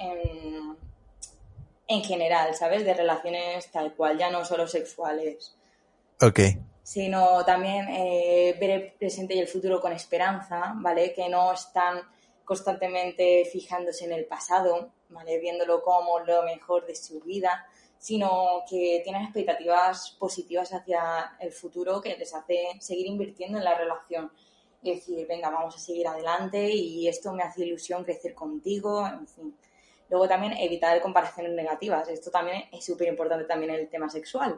en general, ¿sabes? De relaciones tal cual, ya no solo sexuales. Ok. Sino también ver el presente y el futuro con esperanza, ¿vale? Que no están constantemente fijándose en el pasado, ¿vale? Viéndolo como lo mejor de su vida, sino que tienen expectativas positivas hacia el futuro que les hace seguir invirtiendo en la relación. Y decir, venga, vamos a seguir adelante y esto me hace ilusión crecer contigo, en fin. Luego también evitar comparaciones negativas. Esto también es súper importante también en el tema sexual.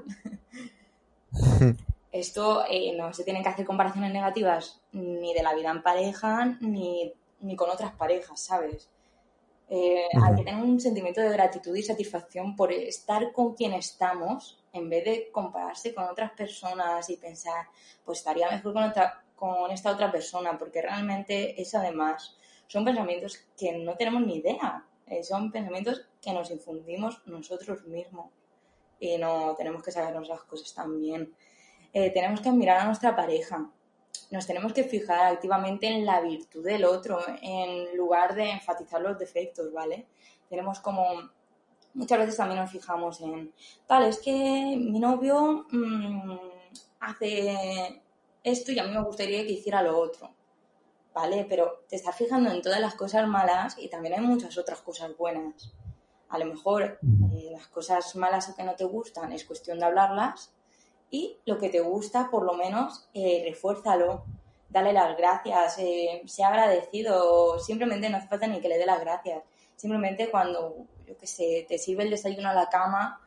Esto no se tienen que hacer comparaciones negativas ni de la vida en pareja ni con otras parejas, ¿sabes? Hay que tener un sentimiento de gratitud y satisfacción por estar con quien estamos en vez de compararse con otras personas y pensar, pues estaría mejor con esta otra persona, porque realmente eso además son pensamientos que no tenemos ni idea, son pensamientos que nos infundimos nosotros mismos y no tenemos que sacarnos las cosas tan bien. Tenemos que admirar a nuestra pareja. Nos tenemos que fijar activamente en la virtud del otro, en lugar de enfatizar los defectos, ¿vale? Tenemos como... Muchas veces también nos fijamos en... Tal, es que mi novio hace esto y a mí me gustaría que hiciera lo otro, ¿vale? Pero te estás fijando en todas las cosas malas y también hay muchas otras cosas buenas. A lo mejor las cosas malas o que no te gustan es cuestión de hablarlas. Y lo que te gusta, por lo menos, refuérzalo, dale las gracias, sea agradecido, simplemente no hace falta ni que le dé las gracias. Simplemente cuando, yo qué sé, te sirve el desayuno a la cama,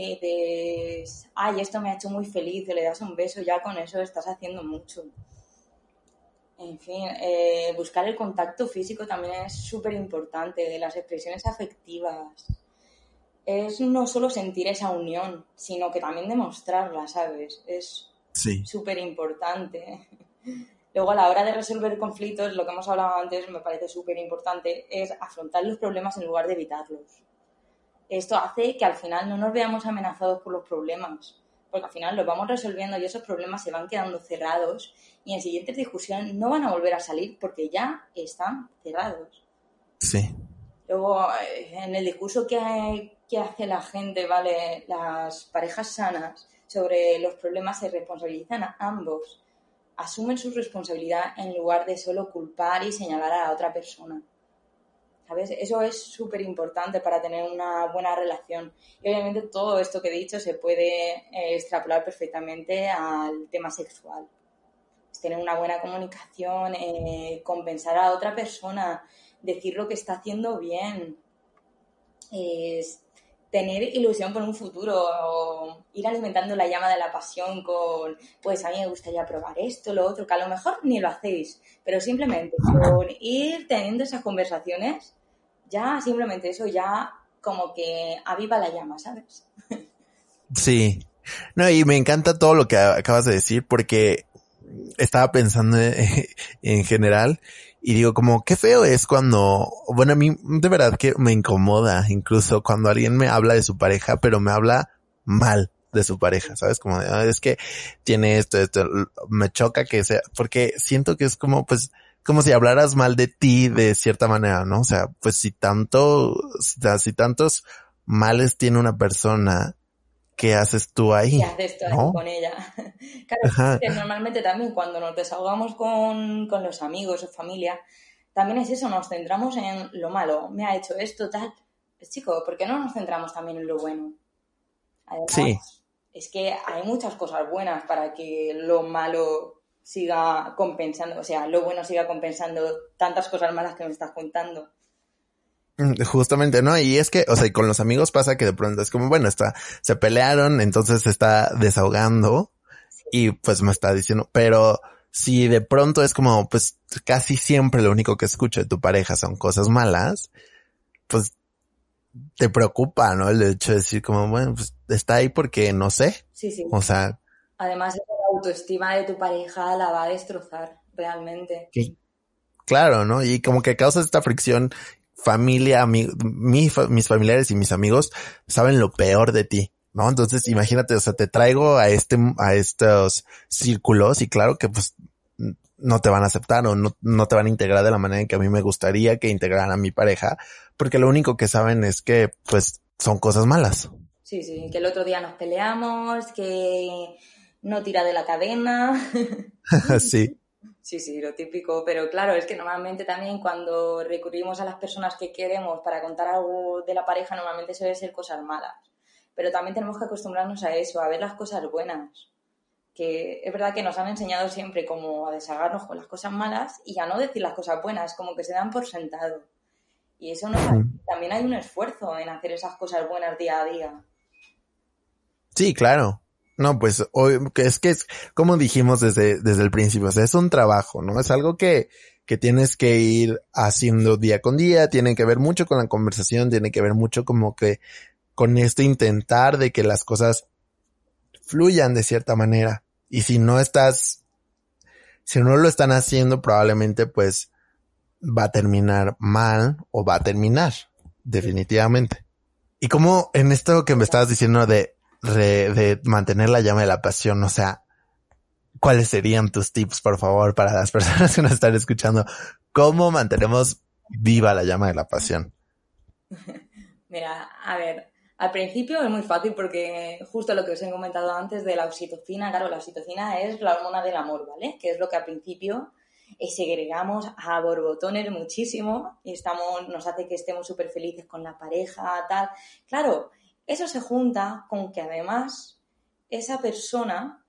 ay, esto me ha hecho muy feliz, le das un beso, ya con eso estás haciendo mucho. En fin, buscar el contacto físico también es súper importante, de las expresiones afectivas. Es no solo sentir esa unión, sino que también demostrarla, ¿sabes? Es súper importante. Luego, a la hora de resolver conflictos, lo que hemos hablado antes me parece súper importante, es afrontar los problemas en lugar de evitarlos. Esto hace que al final no nos veamos amenazados por los problemas, porque al final los vamos resolviendo y esos problemas se van quedando cerrados y en siguientes discusiones no van a volver a salir porque ya están cerrados. Sí. Luego, en el discurso que hace la gente, ¿vale? Las parejas sanas sobre los problemas se responsabilizan a ambos. Asumen su responsabilidad en lugar de solo culpar y señalar a la otra persona. ¿Sabes? Eso es súper importante para tener una buena relación. Y obviamente todo esto que he dicho se puede extrapolar perfectamente al tema sexual. Es tener una buena comunicación, compensar a la otra persona, decir lo que está haciendo bien, es tener ilusión por un futuro, o ir alimentando la llama de la pasión con, pues a mí me gustaría probar esto, lo otro, que a lo mejor ni lo hacéis, pero simplemente con ir teniendo esas conversaciones, ya simplemente eso ya como que aviva la llama, ¿sabes? Sí. No, y me encanta todo lo que acabas de decir porque estaba pensando en general y digo como qué feo es cuando, bueno, a mí de verdad que me incomoda incluso cuando alguien me habla de su pareja, pero me habla mal. de su pareja, ¿sabes? Como de, "Ah, es que tiene esto, me choca que sea", porque siento que es como, pues, como si hablaras mal de ti de cierta manera, ¿no? O sea, pues si tantos males tiene una persona, ¿qué haces tú ¿Qué ahí? haces tú ahí ¿No? con ella? Claro, es Ajá. que normalmente también cuando nos desahogamos con los amigos o familia, también es eso, nos centramos en lo malo, me ha hecho esto, tal. Pues chico, ¿por qué no nos centramos también en lo bueno? Sí. Además, es que hay muchas cosas buenas para que lo malo siga compensando, o sea, lo bueno siga compensando tantas cosas malas que me estás contando. Justamente, ¿no? Y es que, o sea, y con los amigos pasa que de pronto es como, bueno, se pelearon, entonces se está desahogando y pues me está diciendo, pero si de pronto es como, pues casi siempre lo único que escucho de tu pareja son cosas malas, pues te preocupa, ¿no? El hecho de decir como, bueno, pues está ahí porque no sé. Sí, sí. O sea, Además, la autoestima de tu pareja la va a destrozar realmente. que claro, ¿no? Y como que causa esta fricción, familia, mis familiares y mis amigos saben lo peor de ti, ¿no? Entonces, imagínate, o sea, te traigo a estos círculos y claro que pues no te van a aceptar o no te van a integrar de la manera en que a mí me gustaría que integraran a mi pareja, porque lo único que saben es que pues son cosas malas. Sí, sí, que el otro día nos peleamos, que no tira de la cadena. Sí. Sí, sí, lo típico, pero claro, es que normalmente también cuando recurrimos a las personas que queremos para contar algo de la pareja, normalmente suele ser cosas malas. Pero también tenemos que acostumbrarnos a eso, a ver las cosas buenas. Que es verdad que nos han enseñado siempre como a desahogarnos con las cosas malas y a no decir las cosas buenas, como que se dan por sentado. Y eso no es así. También hay un esfuerzo en hacer esas cosas buenas día a día. Sí, claro. No, pues hoy, que es como dijimos desde el principio, o sea, es un trabajo, ¿no? Es algo que tienes que ir haciendo día con día, tiene que ver mucho con la conversación, tiene que ver mucho como que con este intentar de que las cosas fluyan de cierta manera. Y si no lo están haciendo, probablemente pues va a terminar mal o va a terminar, definitivamente. Y como en esto que me estabas diciendo de mantener la llama de la pasión, o sea, ¿cuáles serían tus tips, por favor, para las personas que nos están escuchando? ¿Cómo mantenemos viva la llama de la pasión? Mira, a ver, al principio es muy fácil porque justo lo que os he comentado antes de la oxitocina, claro, la oxitocina es la hormona del amor, ¿vale? Que es lo que al principio segregamos a borbotones muchísimo y nos hace que estemos súper felices con la pareja, tal. Claro, eso se junta con que además esa persona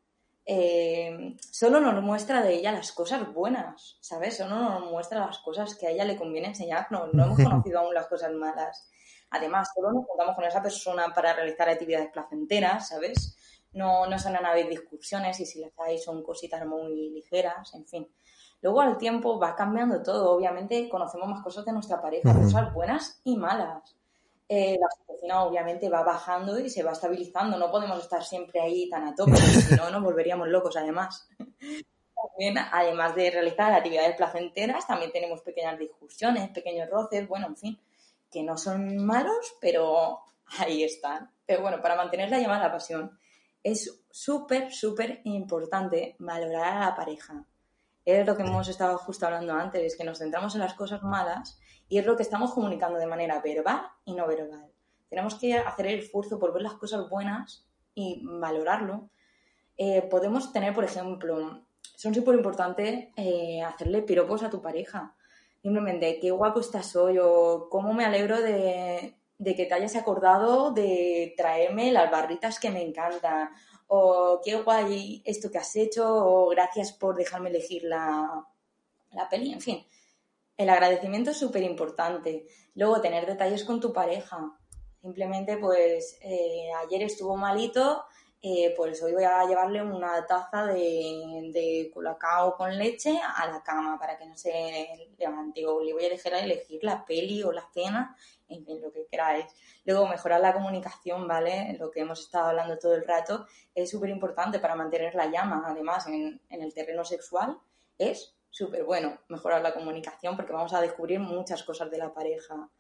solo nos muestra de ella las cosas buenas, ¿sabes? Solo nos muestra las cosas que a ella le conviene enseñarnos. No hemos conocido aún las cosas malas. Además, solo nos juntamos con esa persona para realizar actividades placenteras, ¿sabes? No suelen haber discusiones y si las hay son cositas muy ligeras, en fin. Luego al tiempo va cambiando todo. Obviamente conocemos más cosas de nuestra pareja, cosas buenas y malas. La oxitocina obviamente va bajando y se va estabilizando. No podemos estar siempre ahí tan a tope, porque si no nos volveríamos locos además. También, además de realizar actividades placenteras, también tenemos pequeñas discusiones, pequeños roces, bueno, en fin, que no son malos, pero ahí están. Pero bueno, para mantener la llama de la pasión es súper, súper importante valorar a la pareja. Es lo que hemos estado justo hablando antes, es que nos centramos en las cosas malas y es lo que estamos comunicando de manera verbal y no verbal. Tenemos que hacer el esfuerzo por ver las cosas buenas y valorarlo. Podemos tener, por ejemplo, son súper importantes hacerle piropos a tu pareja. Simplemente, qué guapo estás hoy o cómo me alegro de que te hayas acordado de traerme las barritas que me encantan o qué guay esto que has hecho o gracias por dejarme elegir la peli, en fin. El agradecimiento es súper importante. Luego, tener detalles con tu pareja. Simplemente, pues, ayer estuvo malito, pues hoy voy a llevarle una taza de colacao con leche a la cama para que no se levante. O le voy a dejar a elegir la peli o la cena, en fin, lo que queráis. Luego, mejorar la comunicación, ¿vale? Lo que hemos estado hablando todo el rato es súper importante para mantener la llama. Además, en el terreno sexual es súper bueno mejorar la comunicación porque vamos a descubrir muchas cosas de la pareja.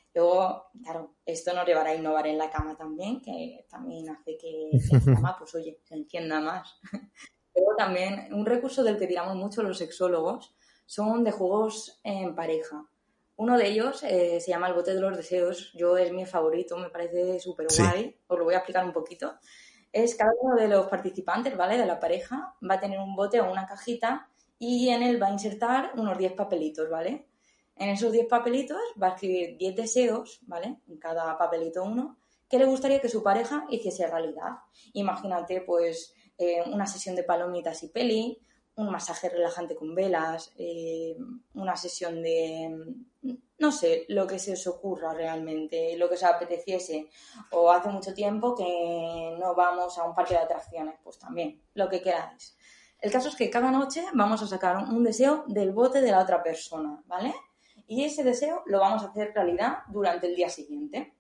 Luego, claro, esto nos llevará a innovar en la cama también, que también hace que la cama, pues oye, se encienda más. Luego también, un recurso del que tiramos mucho los sexólogos son de juegos en pareja. Uno de ellos se llama el bote de los deseos. Es mi favorito, me parece súper guay. Sí. Os lo voy a explicar un poquito. Es cada uno de los participantes, ¿vale? De la pareja va a tener un bote o una cajita y en él va a insertar unos 10 papelitos, ¿vale? En esos 10 papelitos va a escribir 10 deseos, ¿vale? En cada papelito uno, que le gustaría que su pareja hiciese realidad. Imagínate, pues, una sesión de palomitas y peli, un masaje relajante con velas, una sesión de, no sé, lo que se os ocurra realmente, lo que os apeteciese. O hace mucho tiempo que no vamos a un parque de atracciones, pues también, lo que queráis. El caso es que cada noche vamos a sacar un deseo del bote de la otra persona, ¿vale? Y ese deseo lo vamos a hacer realidad durante el día siguiente.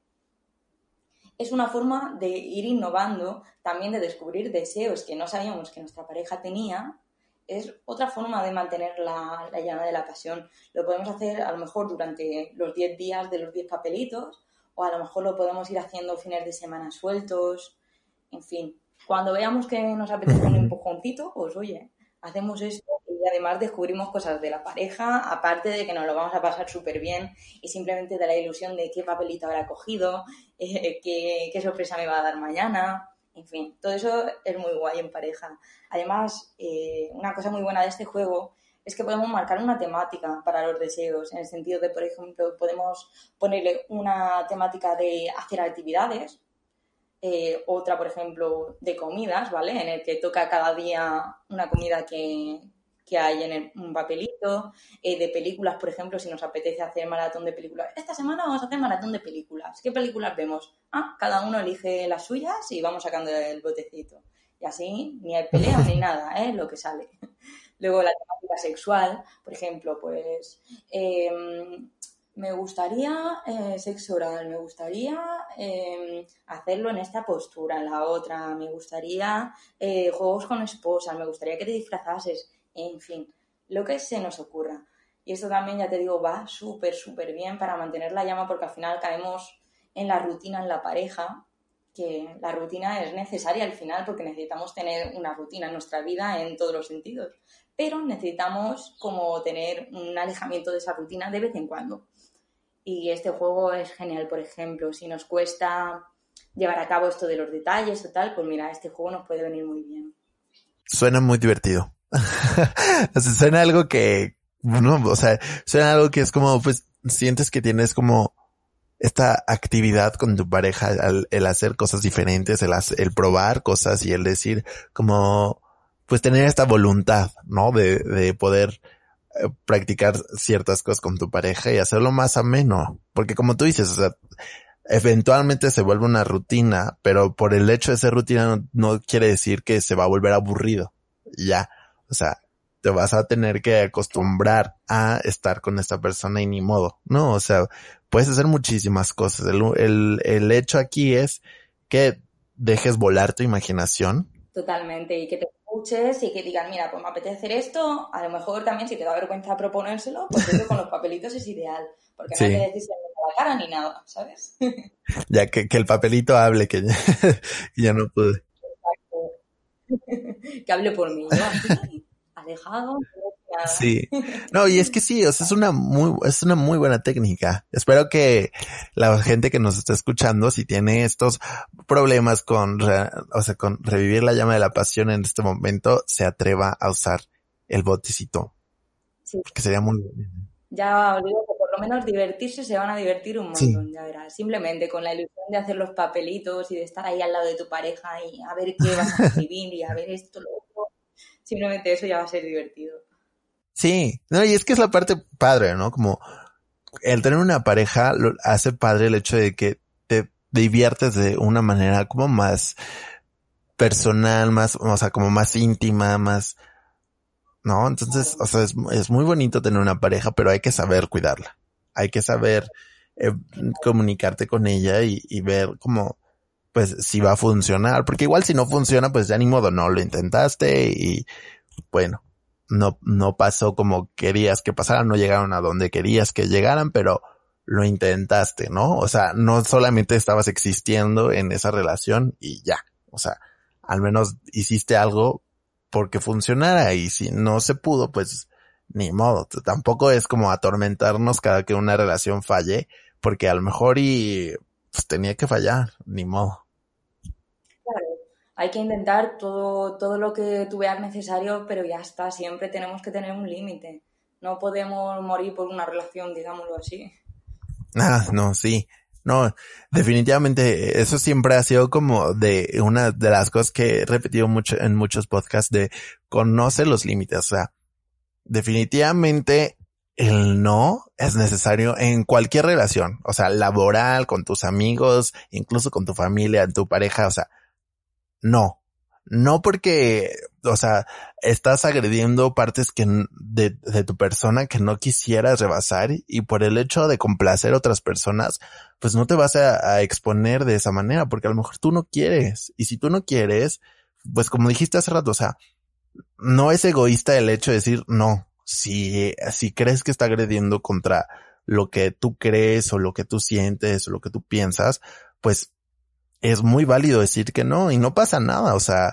Es una forma de ir innovando, también de descubrir deseos que no sabíamos que nuestra pareja tenía. Es otra forma de mantener la llama de la pasión. Lo podemos hacer a lo mejor durante los 10 días de los 10 papelitos, o a lo mejor lo podemos ir haciendo fines de semana sueltos. En fin, cuando veamos que nos apetece un empujoncito, pues oye, hacemos esto y además descubrimos cosas de la pareja, aparte de que nos lo vamos a pasar súper bien y simplemente de la ilusión de qué papelito habrá cogido, qué sorpresa me va a dar mañana. En fin, todo eso es muy guay en pareja. Además, una cosa muy buena de este juego es que podemos marcar una temática para los deseos, en el sentido de, por ejemplo, podemos ponerle una temática de hacer actividades, otra, por ejemplo, de comidas, ¿vale? En el que toca cada día una comida que hay en un papelito, de películas, por ejemplo, si nos apetece hacer maratón de películas. Esta semana vamos a hacer maratón de películas. ¿Qué películas vemos? Cada uno elige las suyas y vamos sacando el botecito. Y así ni hay pelea ni nada, lo que sale. Luego la temática sexual, por ejemplo, pues me gustaría sexo oral, me gustaría hacerlo en esta postura, en la otra, me gustaría juegos con esposas, me gustaría que te disfrazases. En fin, lo que se nos ocurra. Y esto también, ya te digo, va súper, súper bien para mantener la llama, porque al final caemos en la rutina en la pareja, que la rutina es necesaria al final porque necesitamos tener una rutina en nuestra vida en todos los sentidos. Pero necesitamos como tener un alejamiento de esa rutina de vez en cuando. Y este juego es genial, por ejemplo, si nos cuesta llevar a cabo esto de los detalles o tal, pues mira, este juego nos puede venir muy bien. Suena muy divertido. O sea, suena algo que, no, o sea, suena algo que es como, pues, sientes que tienes como esta actividad con tu pareja, el hacer cosas diferentes, el probar cosas y el decir como, pues tener esta voluntad, ¿no? De poder practicar ciertas cosas con tu pareja y hacerlo más ameno. Porque como tú dices, o sea, eventualmente se vuelve una rutina, pero por el hecho de ser rutina no quiere decir que se va a volver aburrido. Ya. O sea, te vas a tener que acostumbrar a estar con esta persona y ni modo, ¿no? O sea, puedes hacer muchísimas cosas. El hecho aquí es que dejes volar tu imaginación. Totalmente, y que te escuches y que digan, mira, pues me apetece hacer esto. A lo mejor también si te da vergüenza proponérselo, pues eso con los papelitos es ideal. Porque no hay que decirse en la cara ni nada, ¿sabes? Ya que el papelito hable, que ya no pude. Que hable por mí, yo aquí, alejado. Sí. No, y es que sí, o sea, es una muy buena técnica. Espero que la gente que nos está escuchando, si tiene estos problemas con revivir la llama de la pasión en este momento, se atreva a usar el botecito. Sí. Que sería muy bien. Ya os digo que por lo menos divertirse se van a divertir un montón, sí. Ya verás. Simplemente con la ilusión de hacer los papelitos y de estar ahí al lado de tu pareja y a ver qué vas a escribir y a ver esto, lo otro. Simplemente eso ya va a ser divertido. Sí, no, y es que es la parte padre, ¿no? Como el tener una pareja lo hace padre el hecho de que te diviertes de una manera como más personal, más, o sea, como más íntima, más, ¿no? Entonces, o sea, es muy bonito tener una pareja, pero hay que saber cuidarla. Hay que saber comunicarte con ella y ver cómo, pues, si va a funcionar. Porque igual si no funciona, pues ya ni modo, no lo intentaste y, bueno, no pasó como querías que pasara, no llegaron a donde querías que llegaran, pero lo intentaste, ¿no? O sea, no solamente estabas existiendo en esa relación y ya. O sea, al menos hiciste algo porque funcionara, y si no se pudo, pues ni modo. Tampoco es como atormentarnos cada que una relación falle, porque a lo mejor pues tenía que fallar, ni modo. Claro, hay que intentar todo lo que tú veas necesario, pero ya está, siempre tenemos que tener un límite. No podemos morir por una relación, digámoslo así. No, sí. No, definitivamente eso siempre ha sido como de una de las cosas que he repetido mucho en muchos podcasts, de conoce los límites. O sea, definitivamente el no es necesario en cualquier relación, o sea, laboral, con tus amigos, incluso con tu familia, tu pareja. O sea, no porque, o sea, estás agrediendo partes de tu persona que no quisieras rebasar, y por el hecho de complacer a otras personas, pues no te vas a exponer de esa manera, porque a lo mejor tú no quieres. Y si tú no quieres, pues como dijiste hace rato, o sea, no es egoísta el hecho de decir no. Si crees que está agrediendo contra lo que tú crees o lo que tú sientes o lo que tú piensas, pues es muy válido decir que no, y no pasa nada. O sea,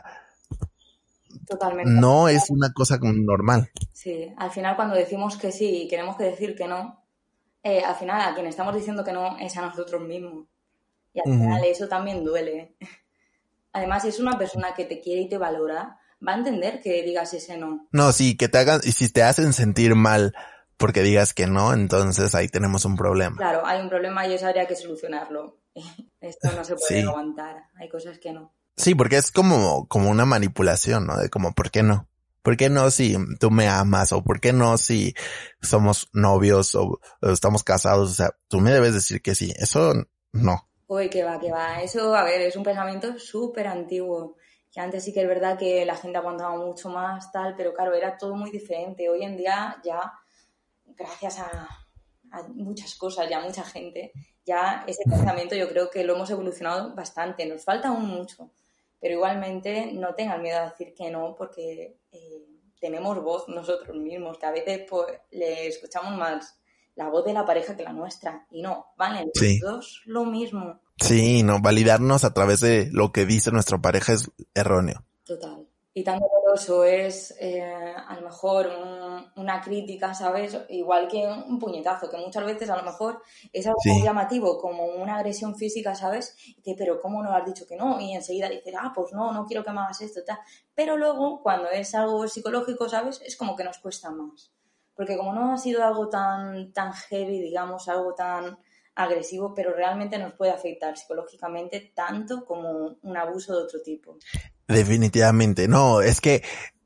Totalmente. no es una cosa como normal. Sí, al final cuando decimos que sí y queremos que decir que no, al final a quien estamos diciendo que no es a nosotros mismos. Y al final Ujú. eso también duele. Además, si es una persona que te quiere y te valora, va a entender que digas ese no. No, sí, que te hagan, y si te hacen sentir mal porque digas que no, entonces ahí tenemos un problema. Claro, hay un problema y eso habría que solucionarlo. Esto no se puede Sí. aguantar, hay cosas que no. Sí, porque es como una manipulación, ¿no? De como, ¿por qué no? ¿Por qué no si tú me amas? ¿O por qué no si somos novios o estamos casados? O sea, tú me debes decir que sí. Eso no. Uy, que va, que va. Eso, a ver, es un pensamiento súper antiguo. Que antes sí que es verdad que la gente aguantaba mucho más, tal, pero claro, era todo muy diferente. Hoy en día ya, gracias a muchas cosas y a mucha gente, ya ese pensamiento yo creo que lo hemos evolucionado bastante. Nos falta aún mucho, pero igualmente no tengan miedo a decir que no, porque tenemos voz nosotros mismos, que a veces pues, le escuchamos más la voz de la pareja que la nuestra. Y no, valen los Sí. dos lo mismo. Sí, no, validarnos a través de lo que dice nuestra pareja es erróneo. Total. Y tan doloroso es a lo mejor una crítica, ¿sabes? Igual que un puñetazo, que muchas veces a lo mejor es algo muy Sí, llamativo, como una agresión física, ¿sabes? Y dices, pero ¿cómo no has dicho que no? Y enseguida dices, pues no, no quiero que me hagas esto, tal. Pero luego, cuando es algo psicológico, ¿sabes? Es como que nos cuesta más. Porque como no ha sido algo tan heavy, digamos, algo tan agresivo, pero realmente nos puede afectar psicológicamente tanto como un abuso de otro tipo. definitivamente. No, es que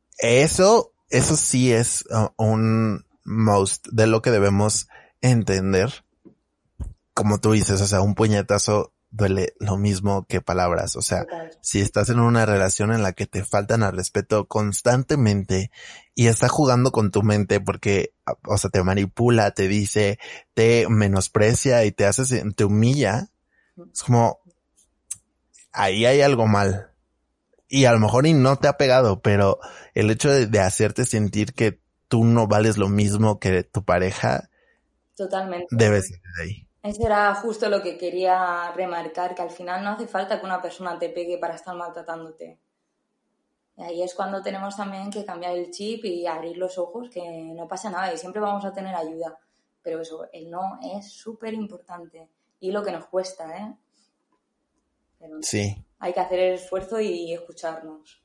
eso sí es un most de lo que debemos entender. Como tú dices, o sea, un puñetazo duele lo mismo que palabras. O sea, Total. si estás en una relación en la que te faltan al respeto constantemente y está jugando con tu mente porque, o sea, te manipula, te dice, te menosprecia y te humilla, es como, ahí hay algo mal. Y a lo mejor y no te ha pegado, pero el hecho de hacerte sentir que tú no vales lo mismo que tu pareja, Totalmente. debe ser de ahí. Eso era justo lo que quería remarcar, que al final no hace falta que una persona te pegue para estar maltratándote. Y ahí es cuando tenemos también que cambiar el chip y abrir los ojos, que no pasa nada y siempre vamos a tener ayuda. Pero eso, el no es súper importante. Y lo que nos cuesta, ¿eh? Pero Sí. hay que hacer el esfuerzo y escucharnos.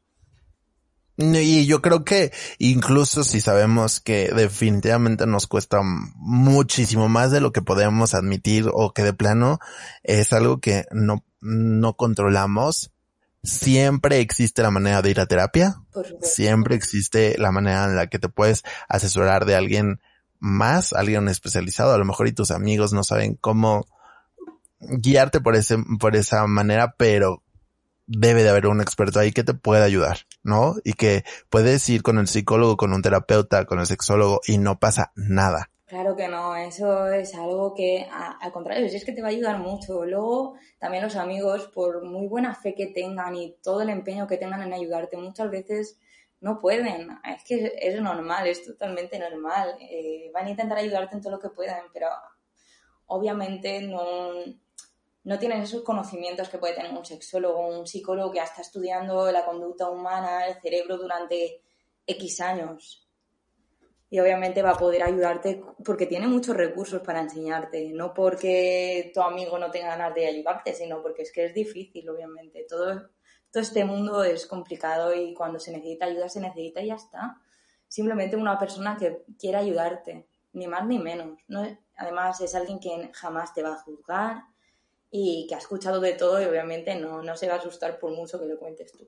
Y yo creo que incluso si sabemos que definitivamente nos cuesta muchísimo más de lo que podemos admitir, o que de plano es algo que no controlamos, siempre existe la manera de ir a terapia, Por supuesto. siempre existe la manera en la que te puedes asesorar de alguien más, alguien especializado. A lo mejor y tus amigos no saben cómo guiarte por esa manera, pero debe de haber un experto ahí que te pueda ayudar, ¿no? Y que puedes ir con el psicólogo, con un terapeuta, con el sexólogo y no pasa nada. Claro que no, eso es algo que, al contrario, si es que te va a ayudar mucho. Luego, también los amigos, por muy buena fe que tengan y todo el empeño que tengan en ayudarte, muchas veces no pueden. Es que es normal, es totalmente normal. Van a intentar ayudarte en todo lo que puedan, pero obviamente no tienen esos conocimientos que puede tener un sexólogo, un psicólogo que ya está estudiando la conducta humana, el cerebro durante X años. Y obviamente va a poder ayudarte porque tiene muchos recursos para enseñarte, no porque tu amigo no tenga ganas de ayudarte, sino porque es que es difícil, obviamente. Todo este mundo es complicado y cuando se necesita ayuda, se necesita y ya está. Simplemente una persona que quiera ayudarte, ni más ni menos. ¿No? Además, es alguien que jamás te va a juzgar y que ha escuchado de todo y obviamente no se va a asustar por mucho que lo cuentes tú.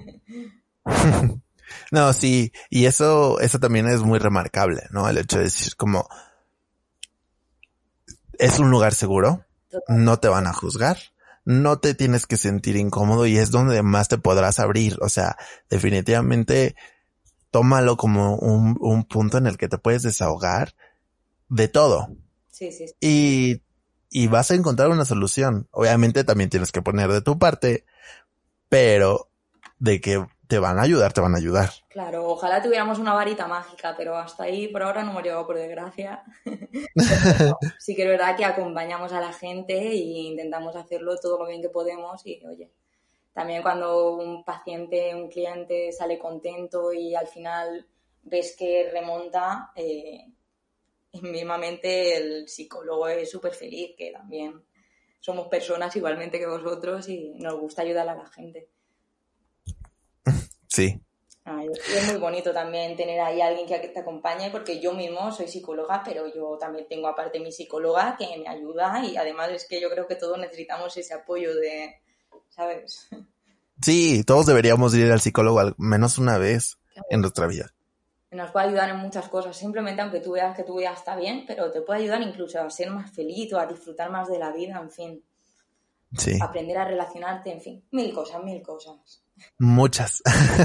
No, sí, y eso también es muy remarcable, ¿no? El hecho de decir como es un lugar seguro, no te van a juzgar, no te tienes que sentir incómodo y es donde más te podrás abrir. O sea, definitivamente tómalo como un punto en el que te puedes desahogar de todo. Sí, sí, sí. Y vas a encontrar una solución. Obviamente también tienes que poner de tu parte, pero de que te van a ayudar, te van a ayudar. Claro, ojalá tuviéramos una varita mágica, pero hasta ahí por ahora no hemos llegado, por desgracia. Sí que es verdad que acompañamos a la gente e intentamos hacerlo todo lo bien que podemos y, oye, también cuando un paciente, un cliente sale contento y al final ves que remonta, mismamente el psicólogo es súper feliz, que también somos personas igualmente que vosotros y nos gusta ayudar a la gente. Sí. Y es muy bonito también tener ahí a alguien que te acompañe, porque yo mismo soy psicóloga, pero yo también tengo aparte mi psicóloga que me ayuda y además es que yo creo que todos necesitamos ese apoyo de, ¿sabes? Sí, todos deberíamos ir al psicólogo al menos una vez en nuestra vida. Nos puede ayudar en muchas cosas, simplemente aunque tú veas que tu vida está bien, pero te puede ayudar incluso a ser más feliz o a disfrutar más de la vida, en fin. Sí. Aprender a relacionarte, en fin, mil cosas. Muchas.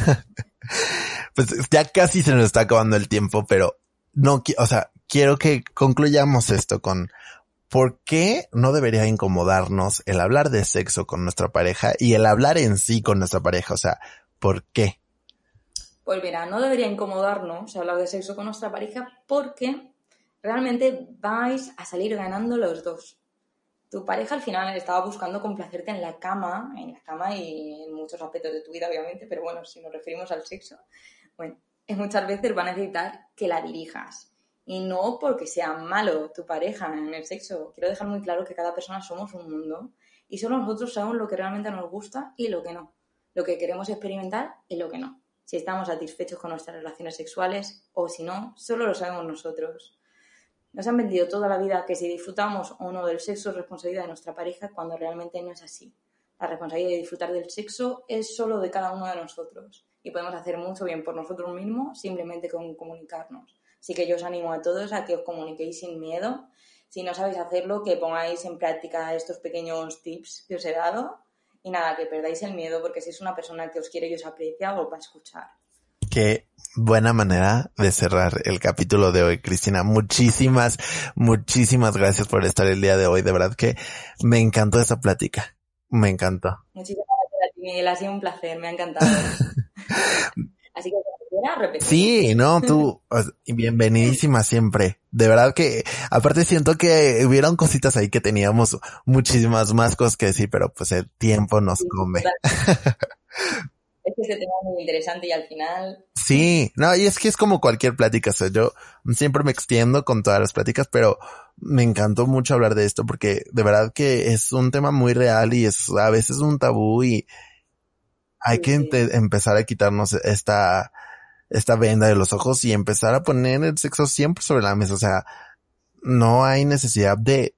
Pues ya casi se nos está acabando el tiempo, pero no, o sea, quiero que concluyamos esto con ¿por qué no debería incomodarnos el hablar de sexo con nuestra pareja y el hablar en sí con nuestra pareja? O sea, ¿por qué? Pues mira, no debería incomodarnos hablar de sexo con nuestra pareja porque realmente vais a salir ganando los dos. Tu pareja al final estaba buscando complacerte en la cama y en muchos aspectos de tu vida, obviamente, pero bueno, si nos referimos al sexo, bueno, muchas veces va a necesitar que la dirijas. Y no porque sea malo tu pareja en el sexo. Quiero dejar muy claro que cada persona somos un mundo y solo nosotros sabemos lo que realmente nos gusta y lo que no. Lo que queremos experimentar y lo que no. Si estamos satisfechos con nuestras relaciones sexuales o si no, solo lo sabemos nosotros. Nos han vendido toda la vida que si disfrutamos o no del sexo es responsabilidad de nuestra pareja cuando realmente no es así. La responsabilidad de disfrutar del sexo es solo de cada uno de nosotros y podemos hacer mucho bien por nosotros mismos simplemente con comunicarnos. Así que yo os animo a todos a que os comuniquéis sin miedo. Si no sabéis hacerlo, que pongáis en práctica estos pequeños tips que os he dado y nada, que perdáis el miedo porque si es una persona que os quiere y os aprecia, os va a escuchar. Qué buena manera de cerrar el capítulo de hoy, Cristina. Muchísimas gracias por estar el día de hoy. De verdad que me encantó esa plática. Me encantó. Muchísimas gracias a ti, Miguel. Ha sido un placer. Me ha encantado. Así que cuando quieras, repetir. Sí, no, tú, bienvenidísima siempre. De verdad que, aparte siento que hubieron cositas ahí que teníamos muchísimas más cosas que decir, pero pues el tiempo nos come. Es que este tema es muy interesante y al final... Sí, no, y es que es como cualquier plática, o sea, yo siempre me extiendo con todas las pláticas, pero me encantó mucho hablar de esto porque de verdad que es un tema muy real y es a veces un tabú y hay que empezar a quitarnos esta venda de los ojos y empezar a poner el sexo siempre sobre la mesa, o sea, no hay necesidad de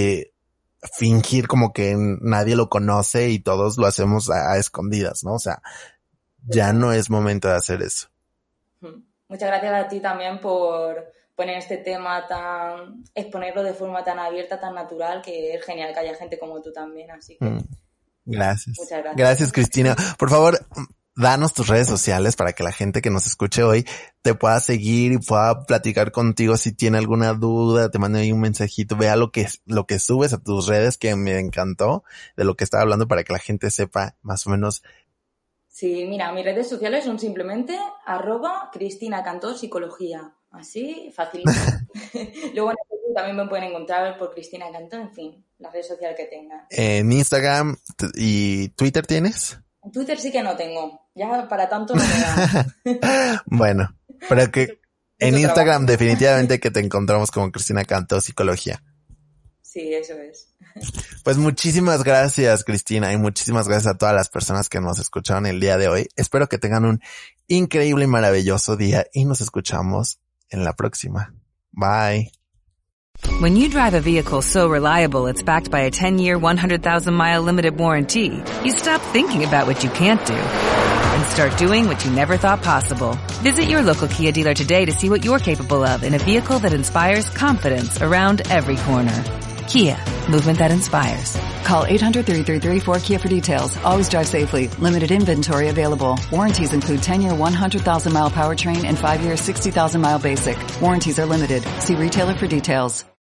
fingir como que nadie lo conoce y todos lo hacemos a escondidas, ¿no? O sea, ya no es momento de hacer eso. Muchas gracias a ti también por poner este tema exponerlo de forma tan abierta, tan natural, que es genial que haya gente como tú también, así que... Gracias. Muchas gracias. Gracias, Cristina. Por favor, danos tus redes sociales para que la gente que nos escuche hoy te pueda seguir y pueda platicar contigo si tiene alguna duda, te mande ahí un mensajito, vea lo que subes a tus redes, que me encantó de lo que estaba hablando para que la gente sepa más o menos. Sí, mira, mis redes sociales son simplemente @CristinaCantorPsicología. Así, fácil. Luego también me pueden encontrar por Cristina Cantó, en fin, la red social que tengan. En Instagram y Twitter tienes. En Twitter sí que no tengo, ya para tanto no me da. Bueno, pero que en Instagram definitivamente que te encontramos como Cristina Cantó Psicología. Sí, eso es. Pues muchísimas gracias, Cristina, y muchísimas gracias a todas las personas que nos escucharon el día de hoy. Espero que tengan un increíble y maravilloso día y nos escuchamos en la próxima. Bye. When you drive a vehicle so reliable it's backed by a 10-year, 100,000-mile limited warranty, you stop thinking about what you can't do and start doing what you never thought possible. Visit your local Kia dealer today to see what you're capable of in a vehicle that inspires confidence around every corner. Kia, movement that inspires. Call 800-333-4KIA for details. Always drive safely. Limited inventory available. Warranties include 10-year 100,000-mile powertrain and 5-year 60,000-mile basic. Warranties are limited. See retailer for details.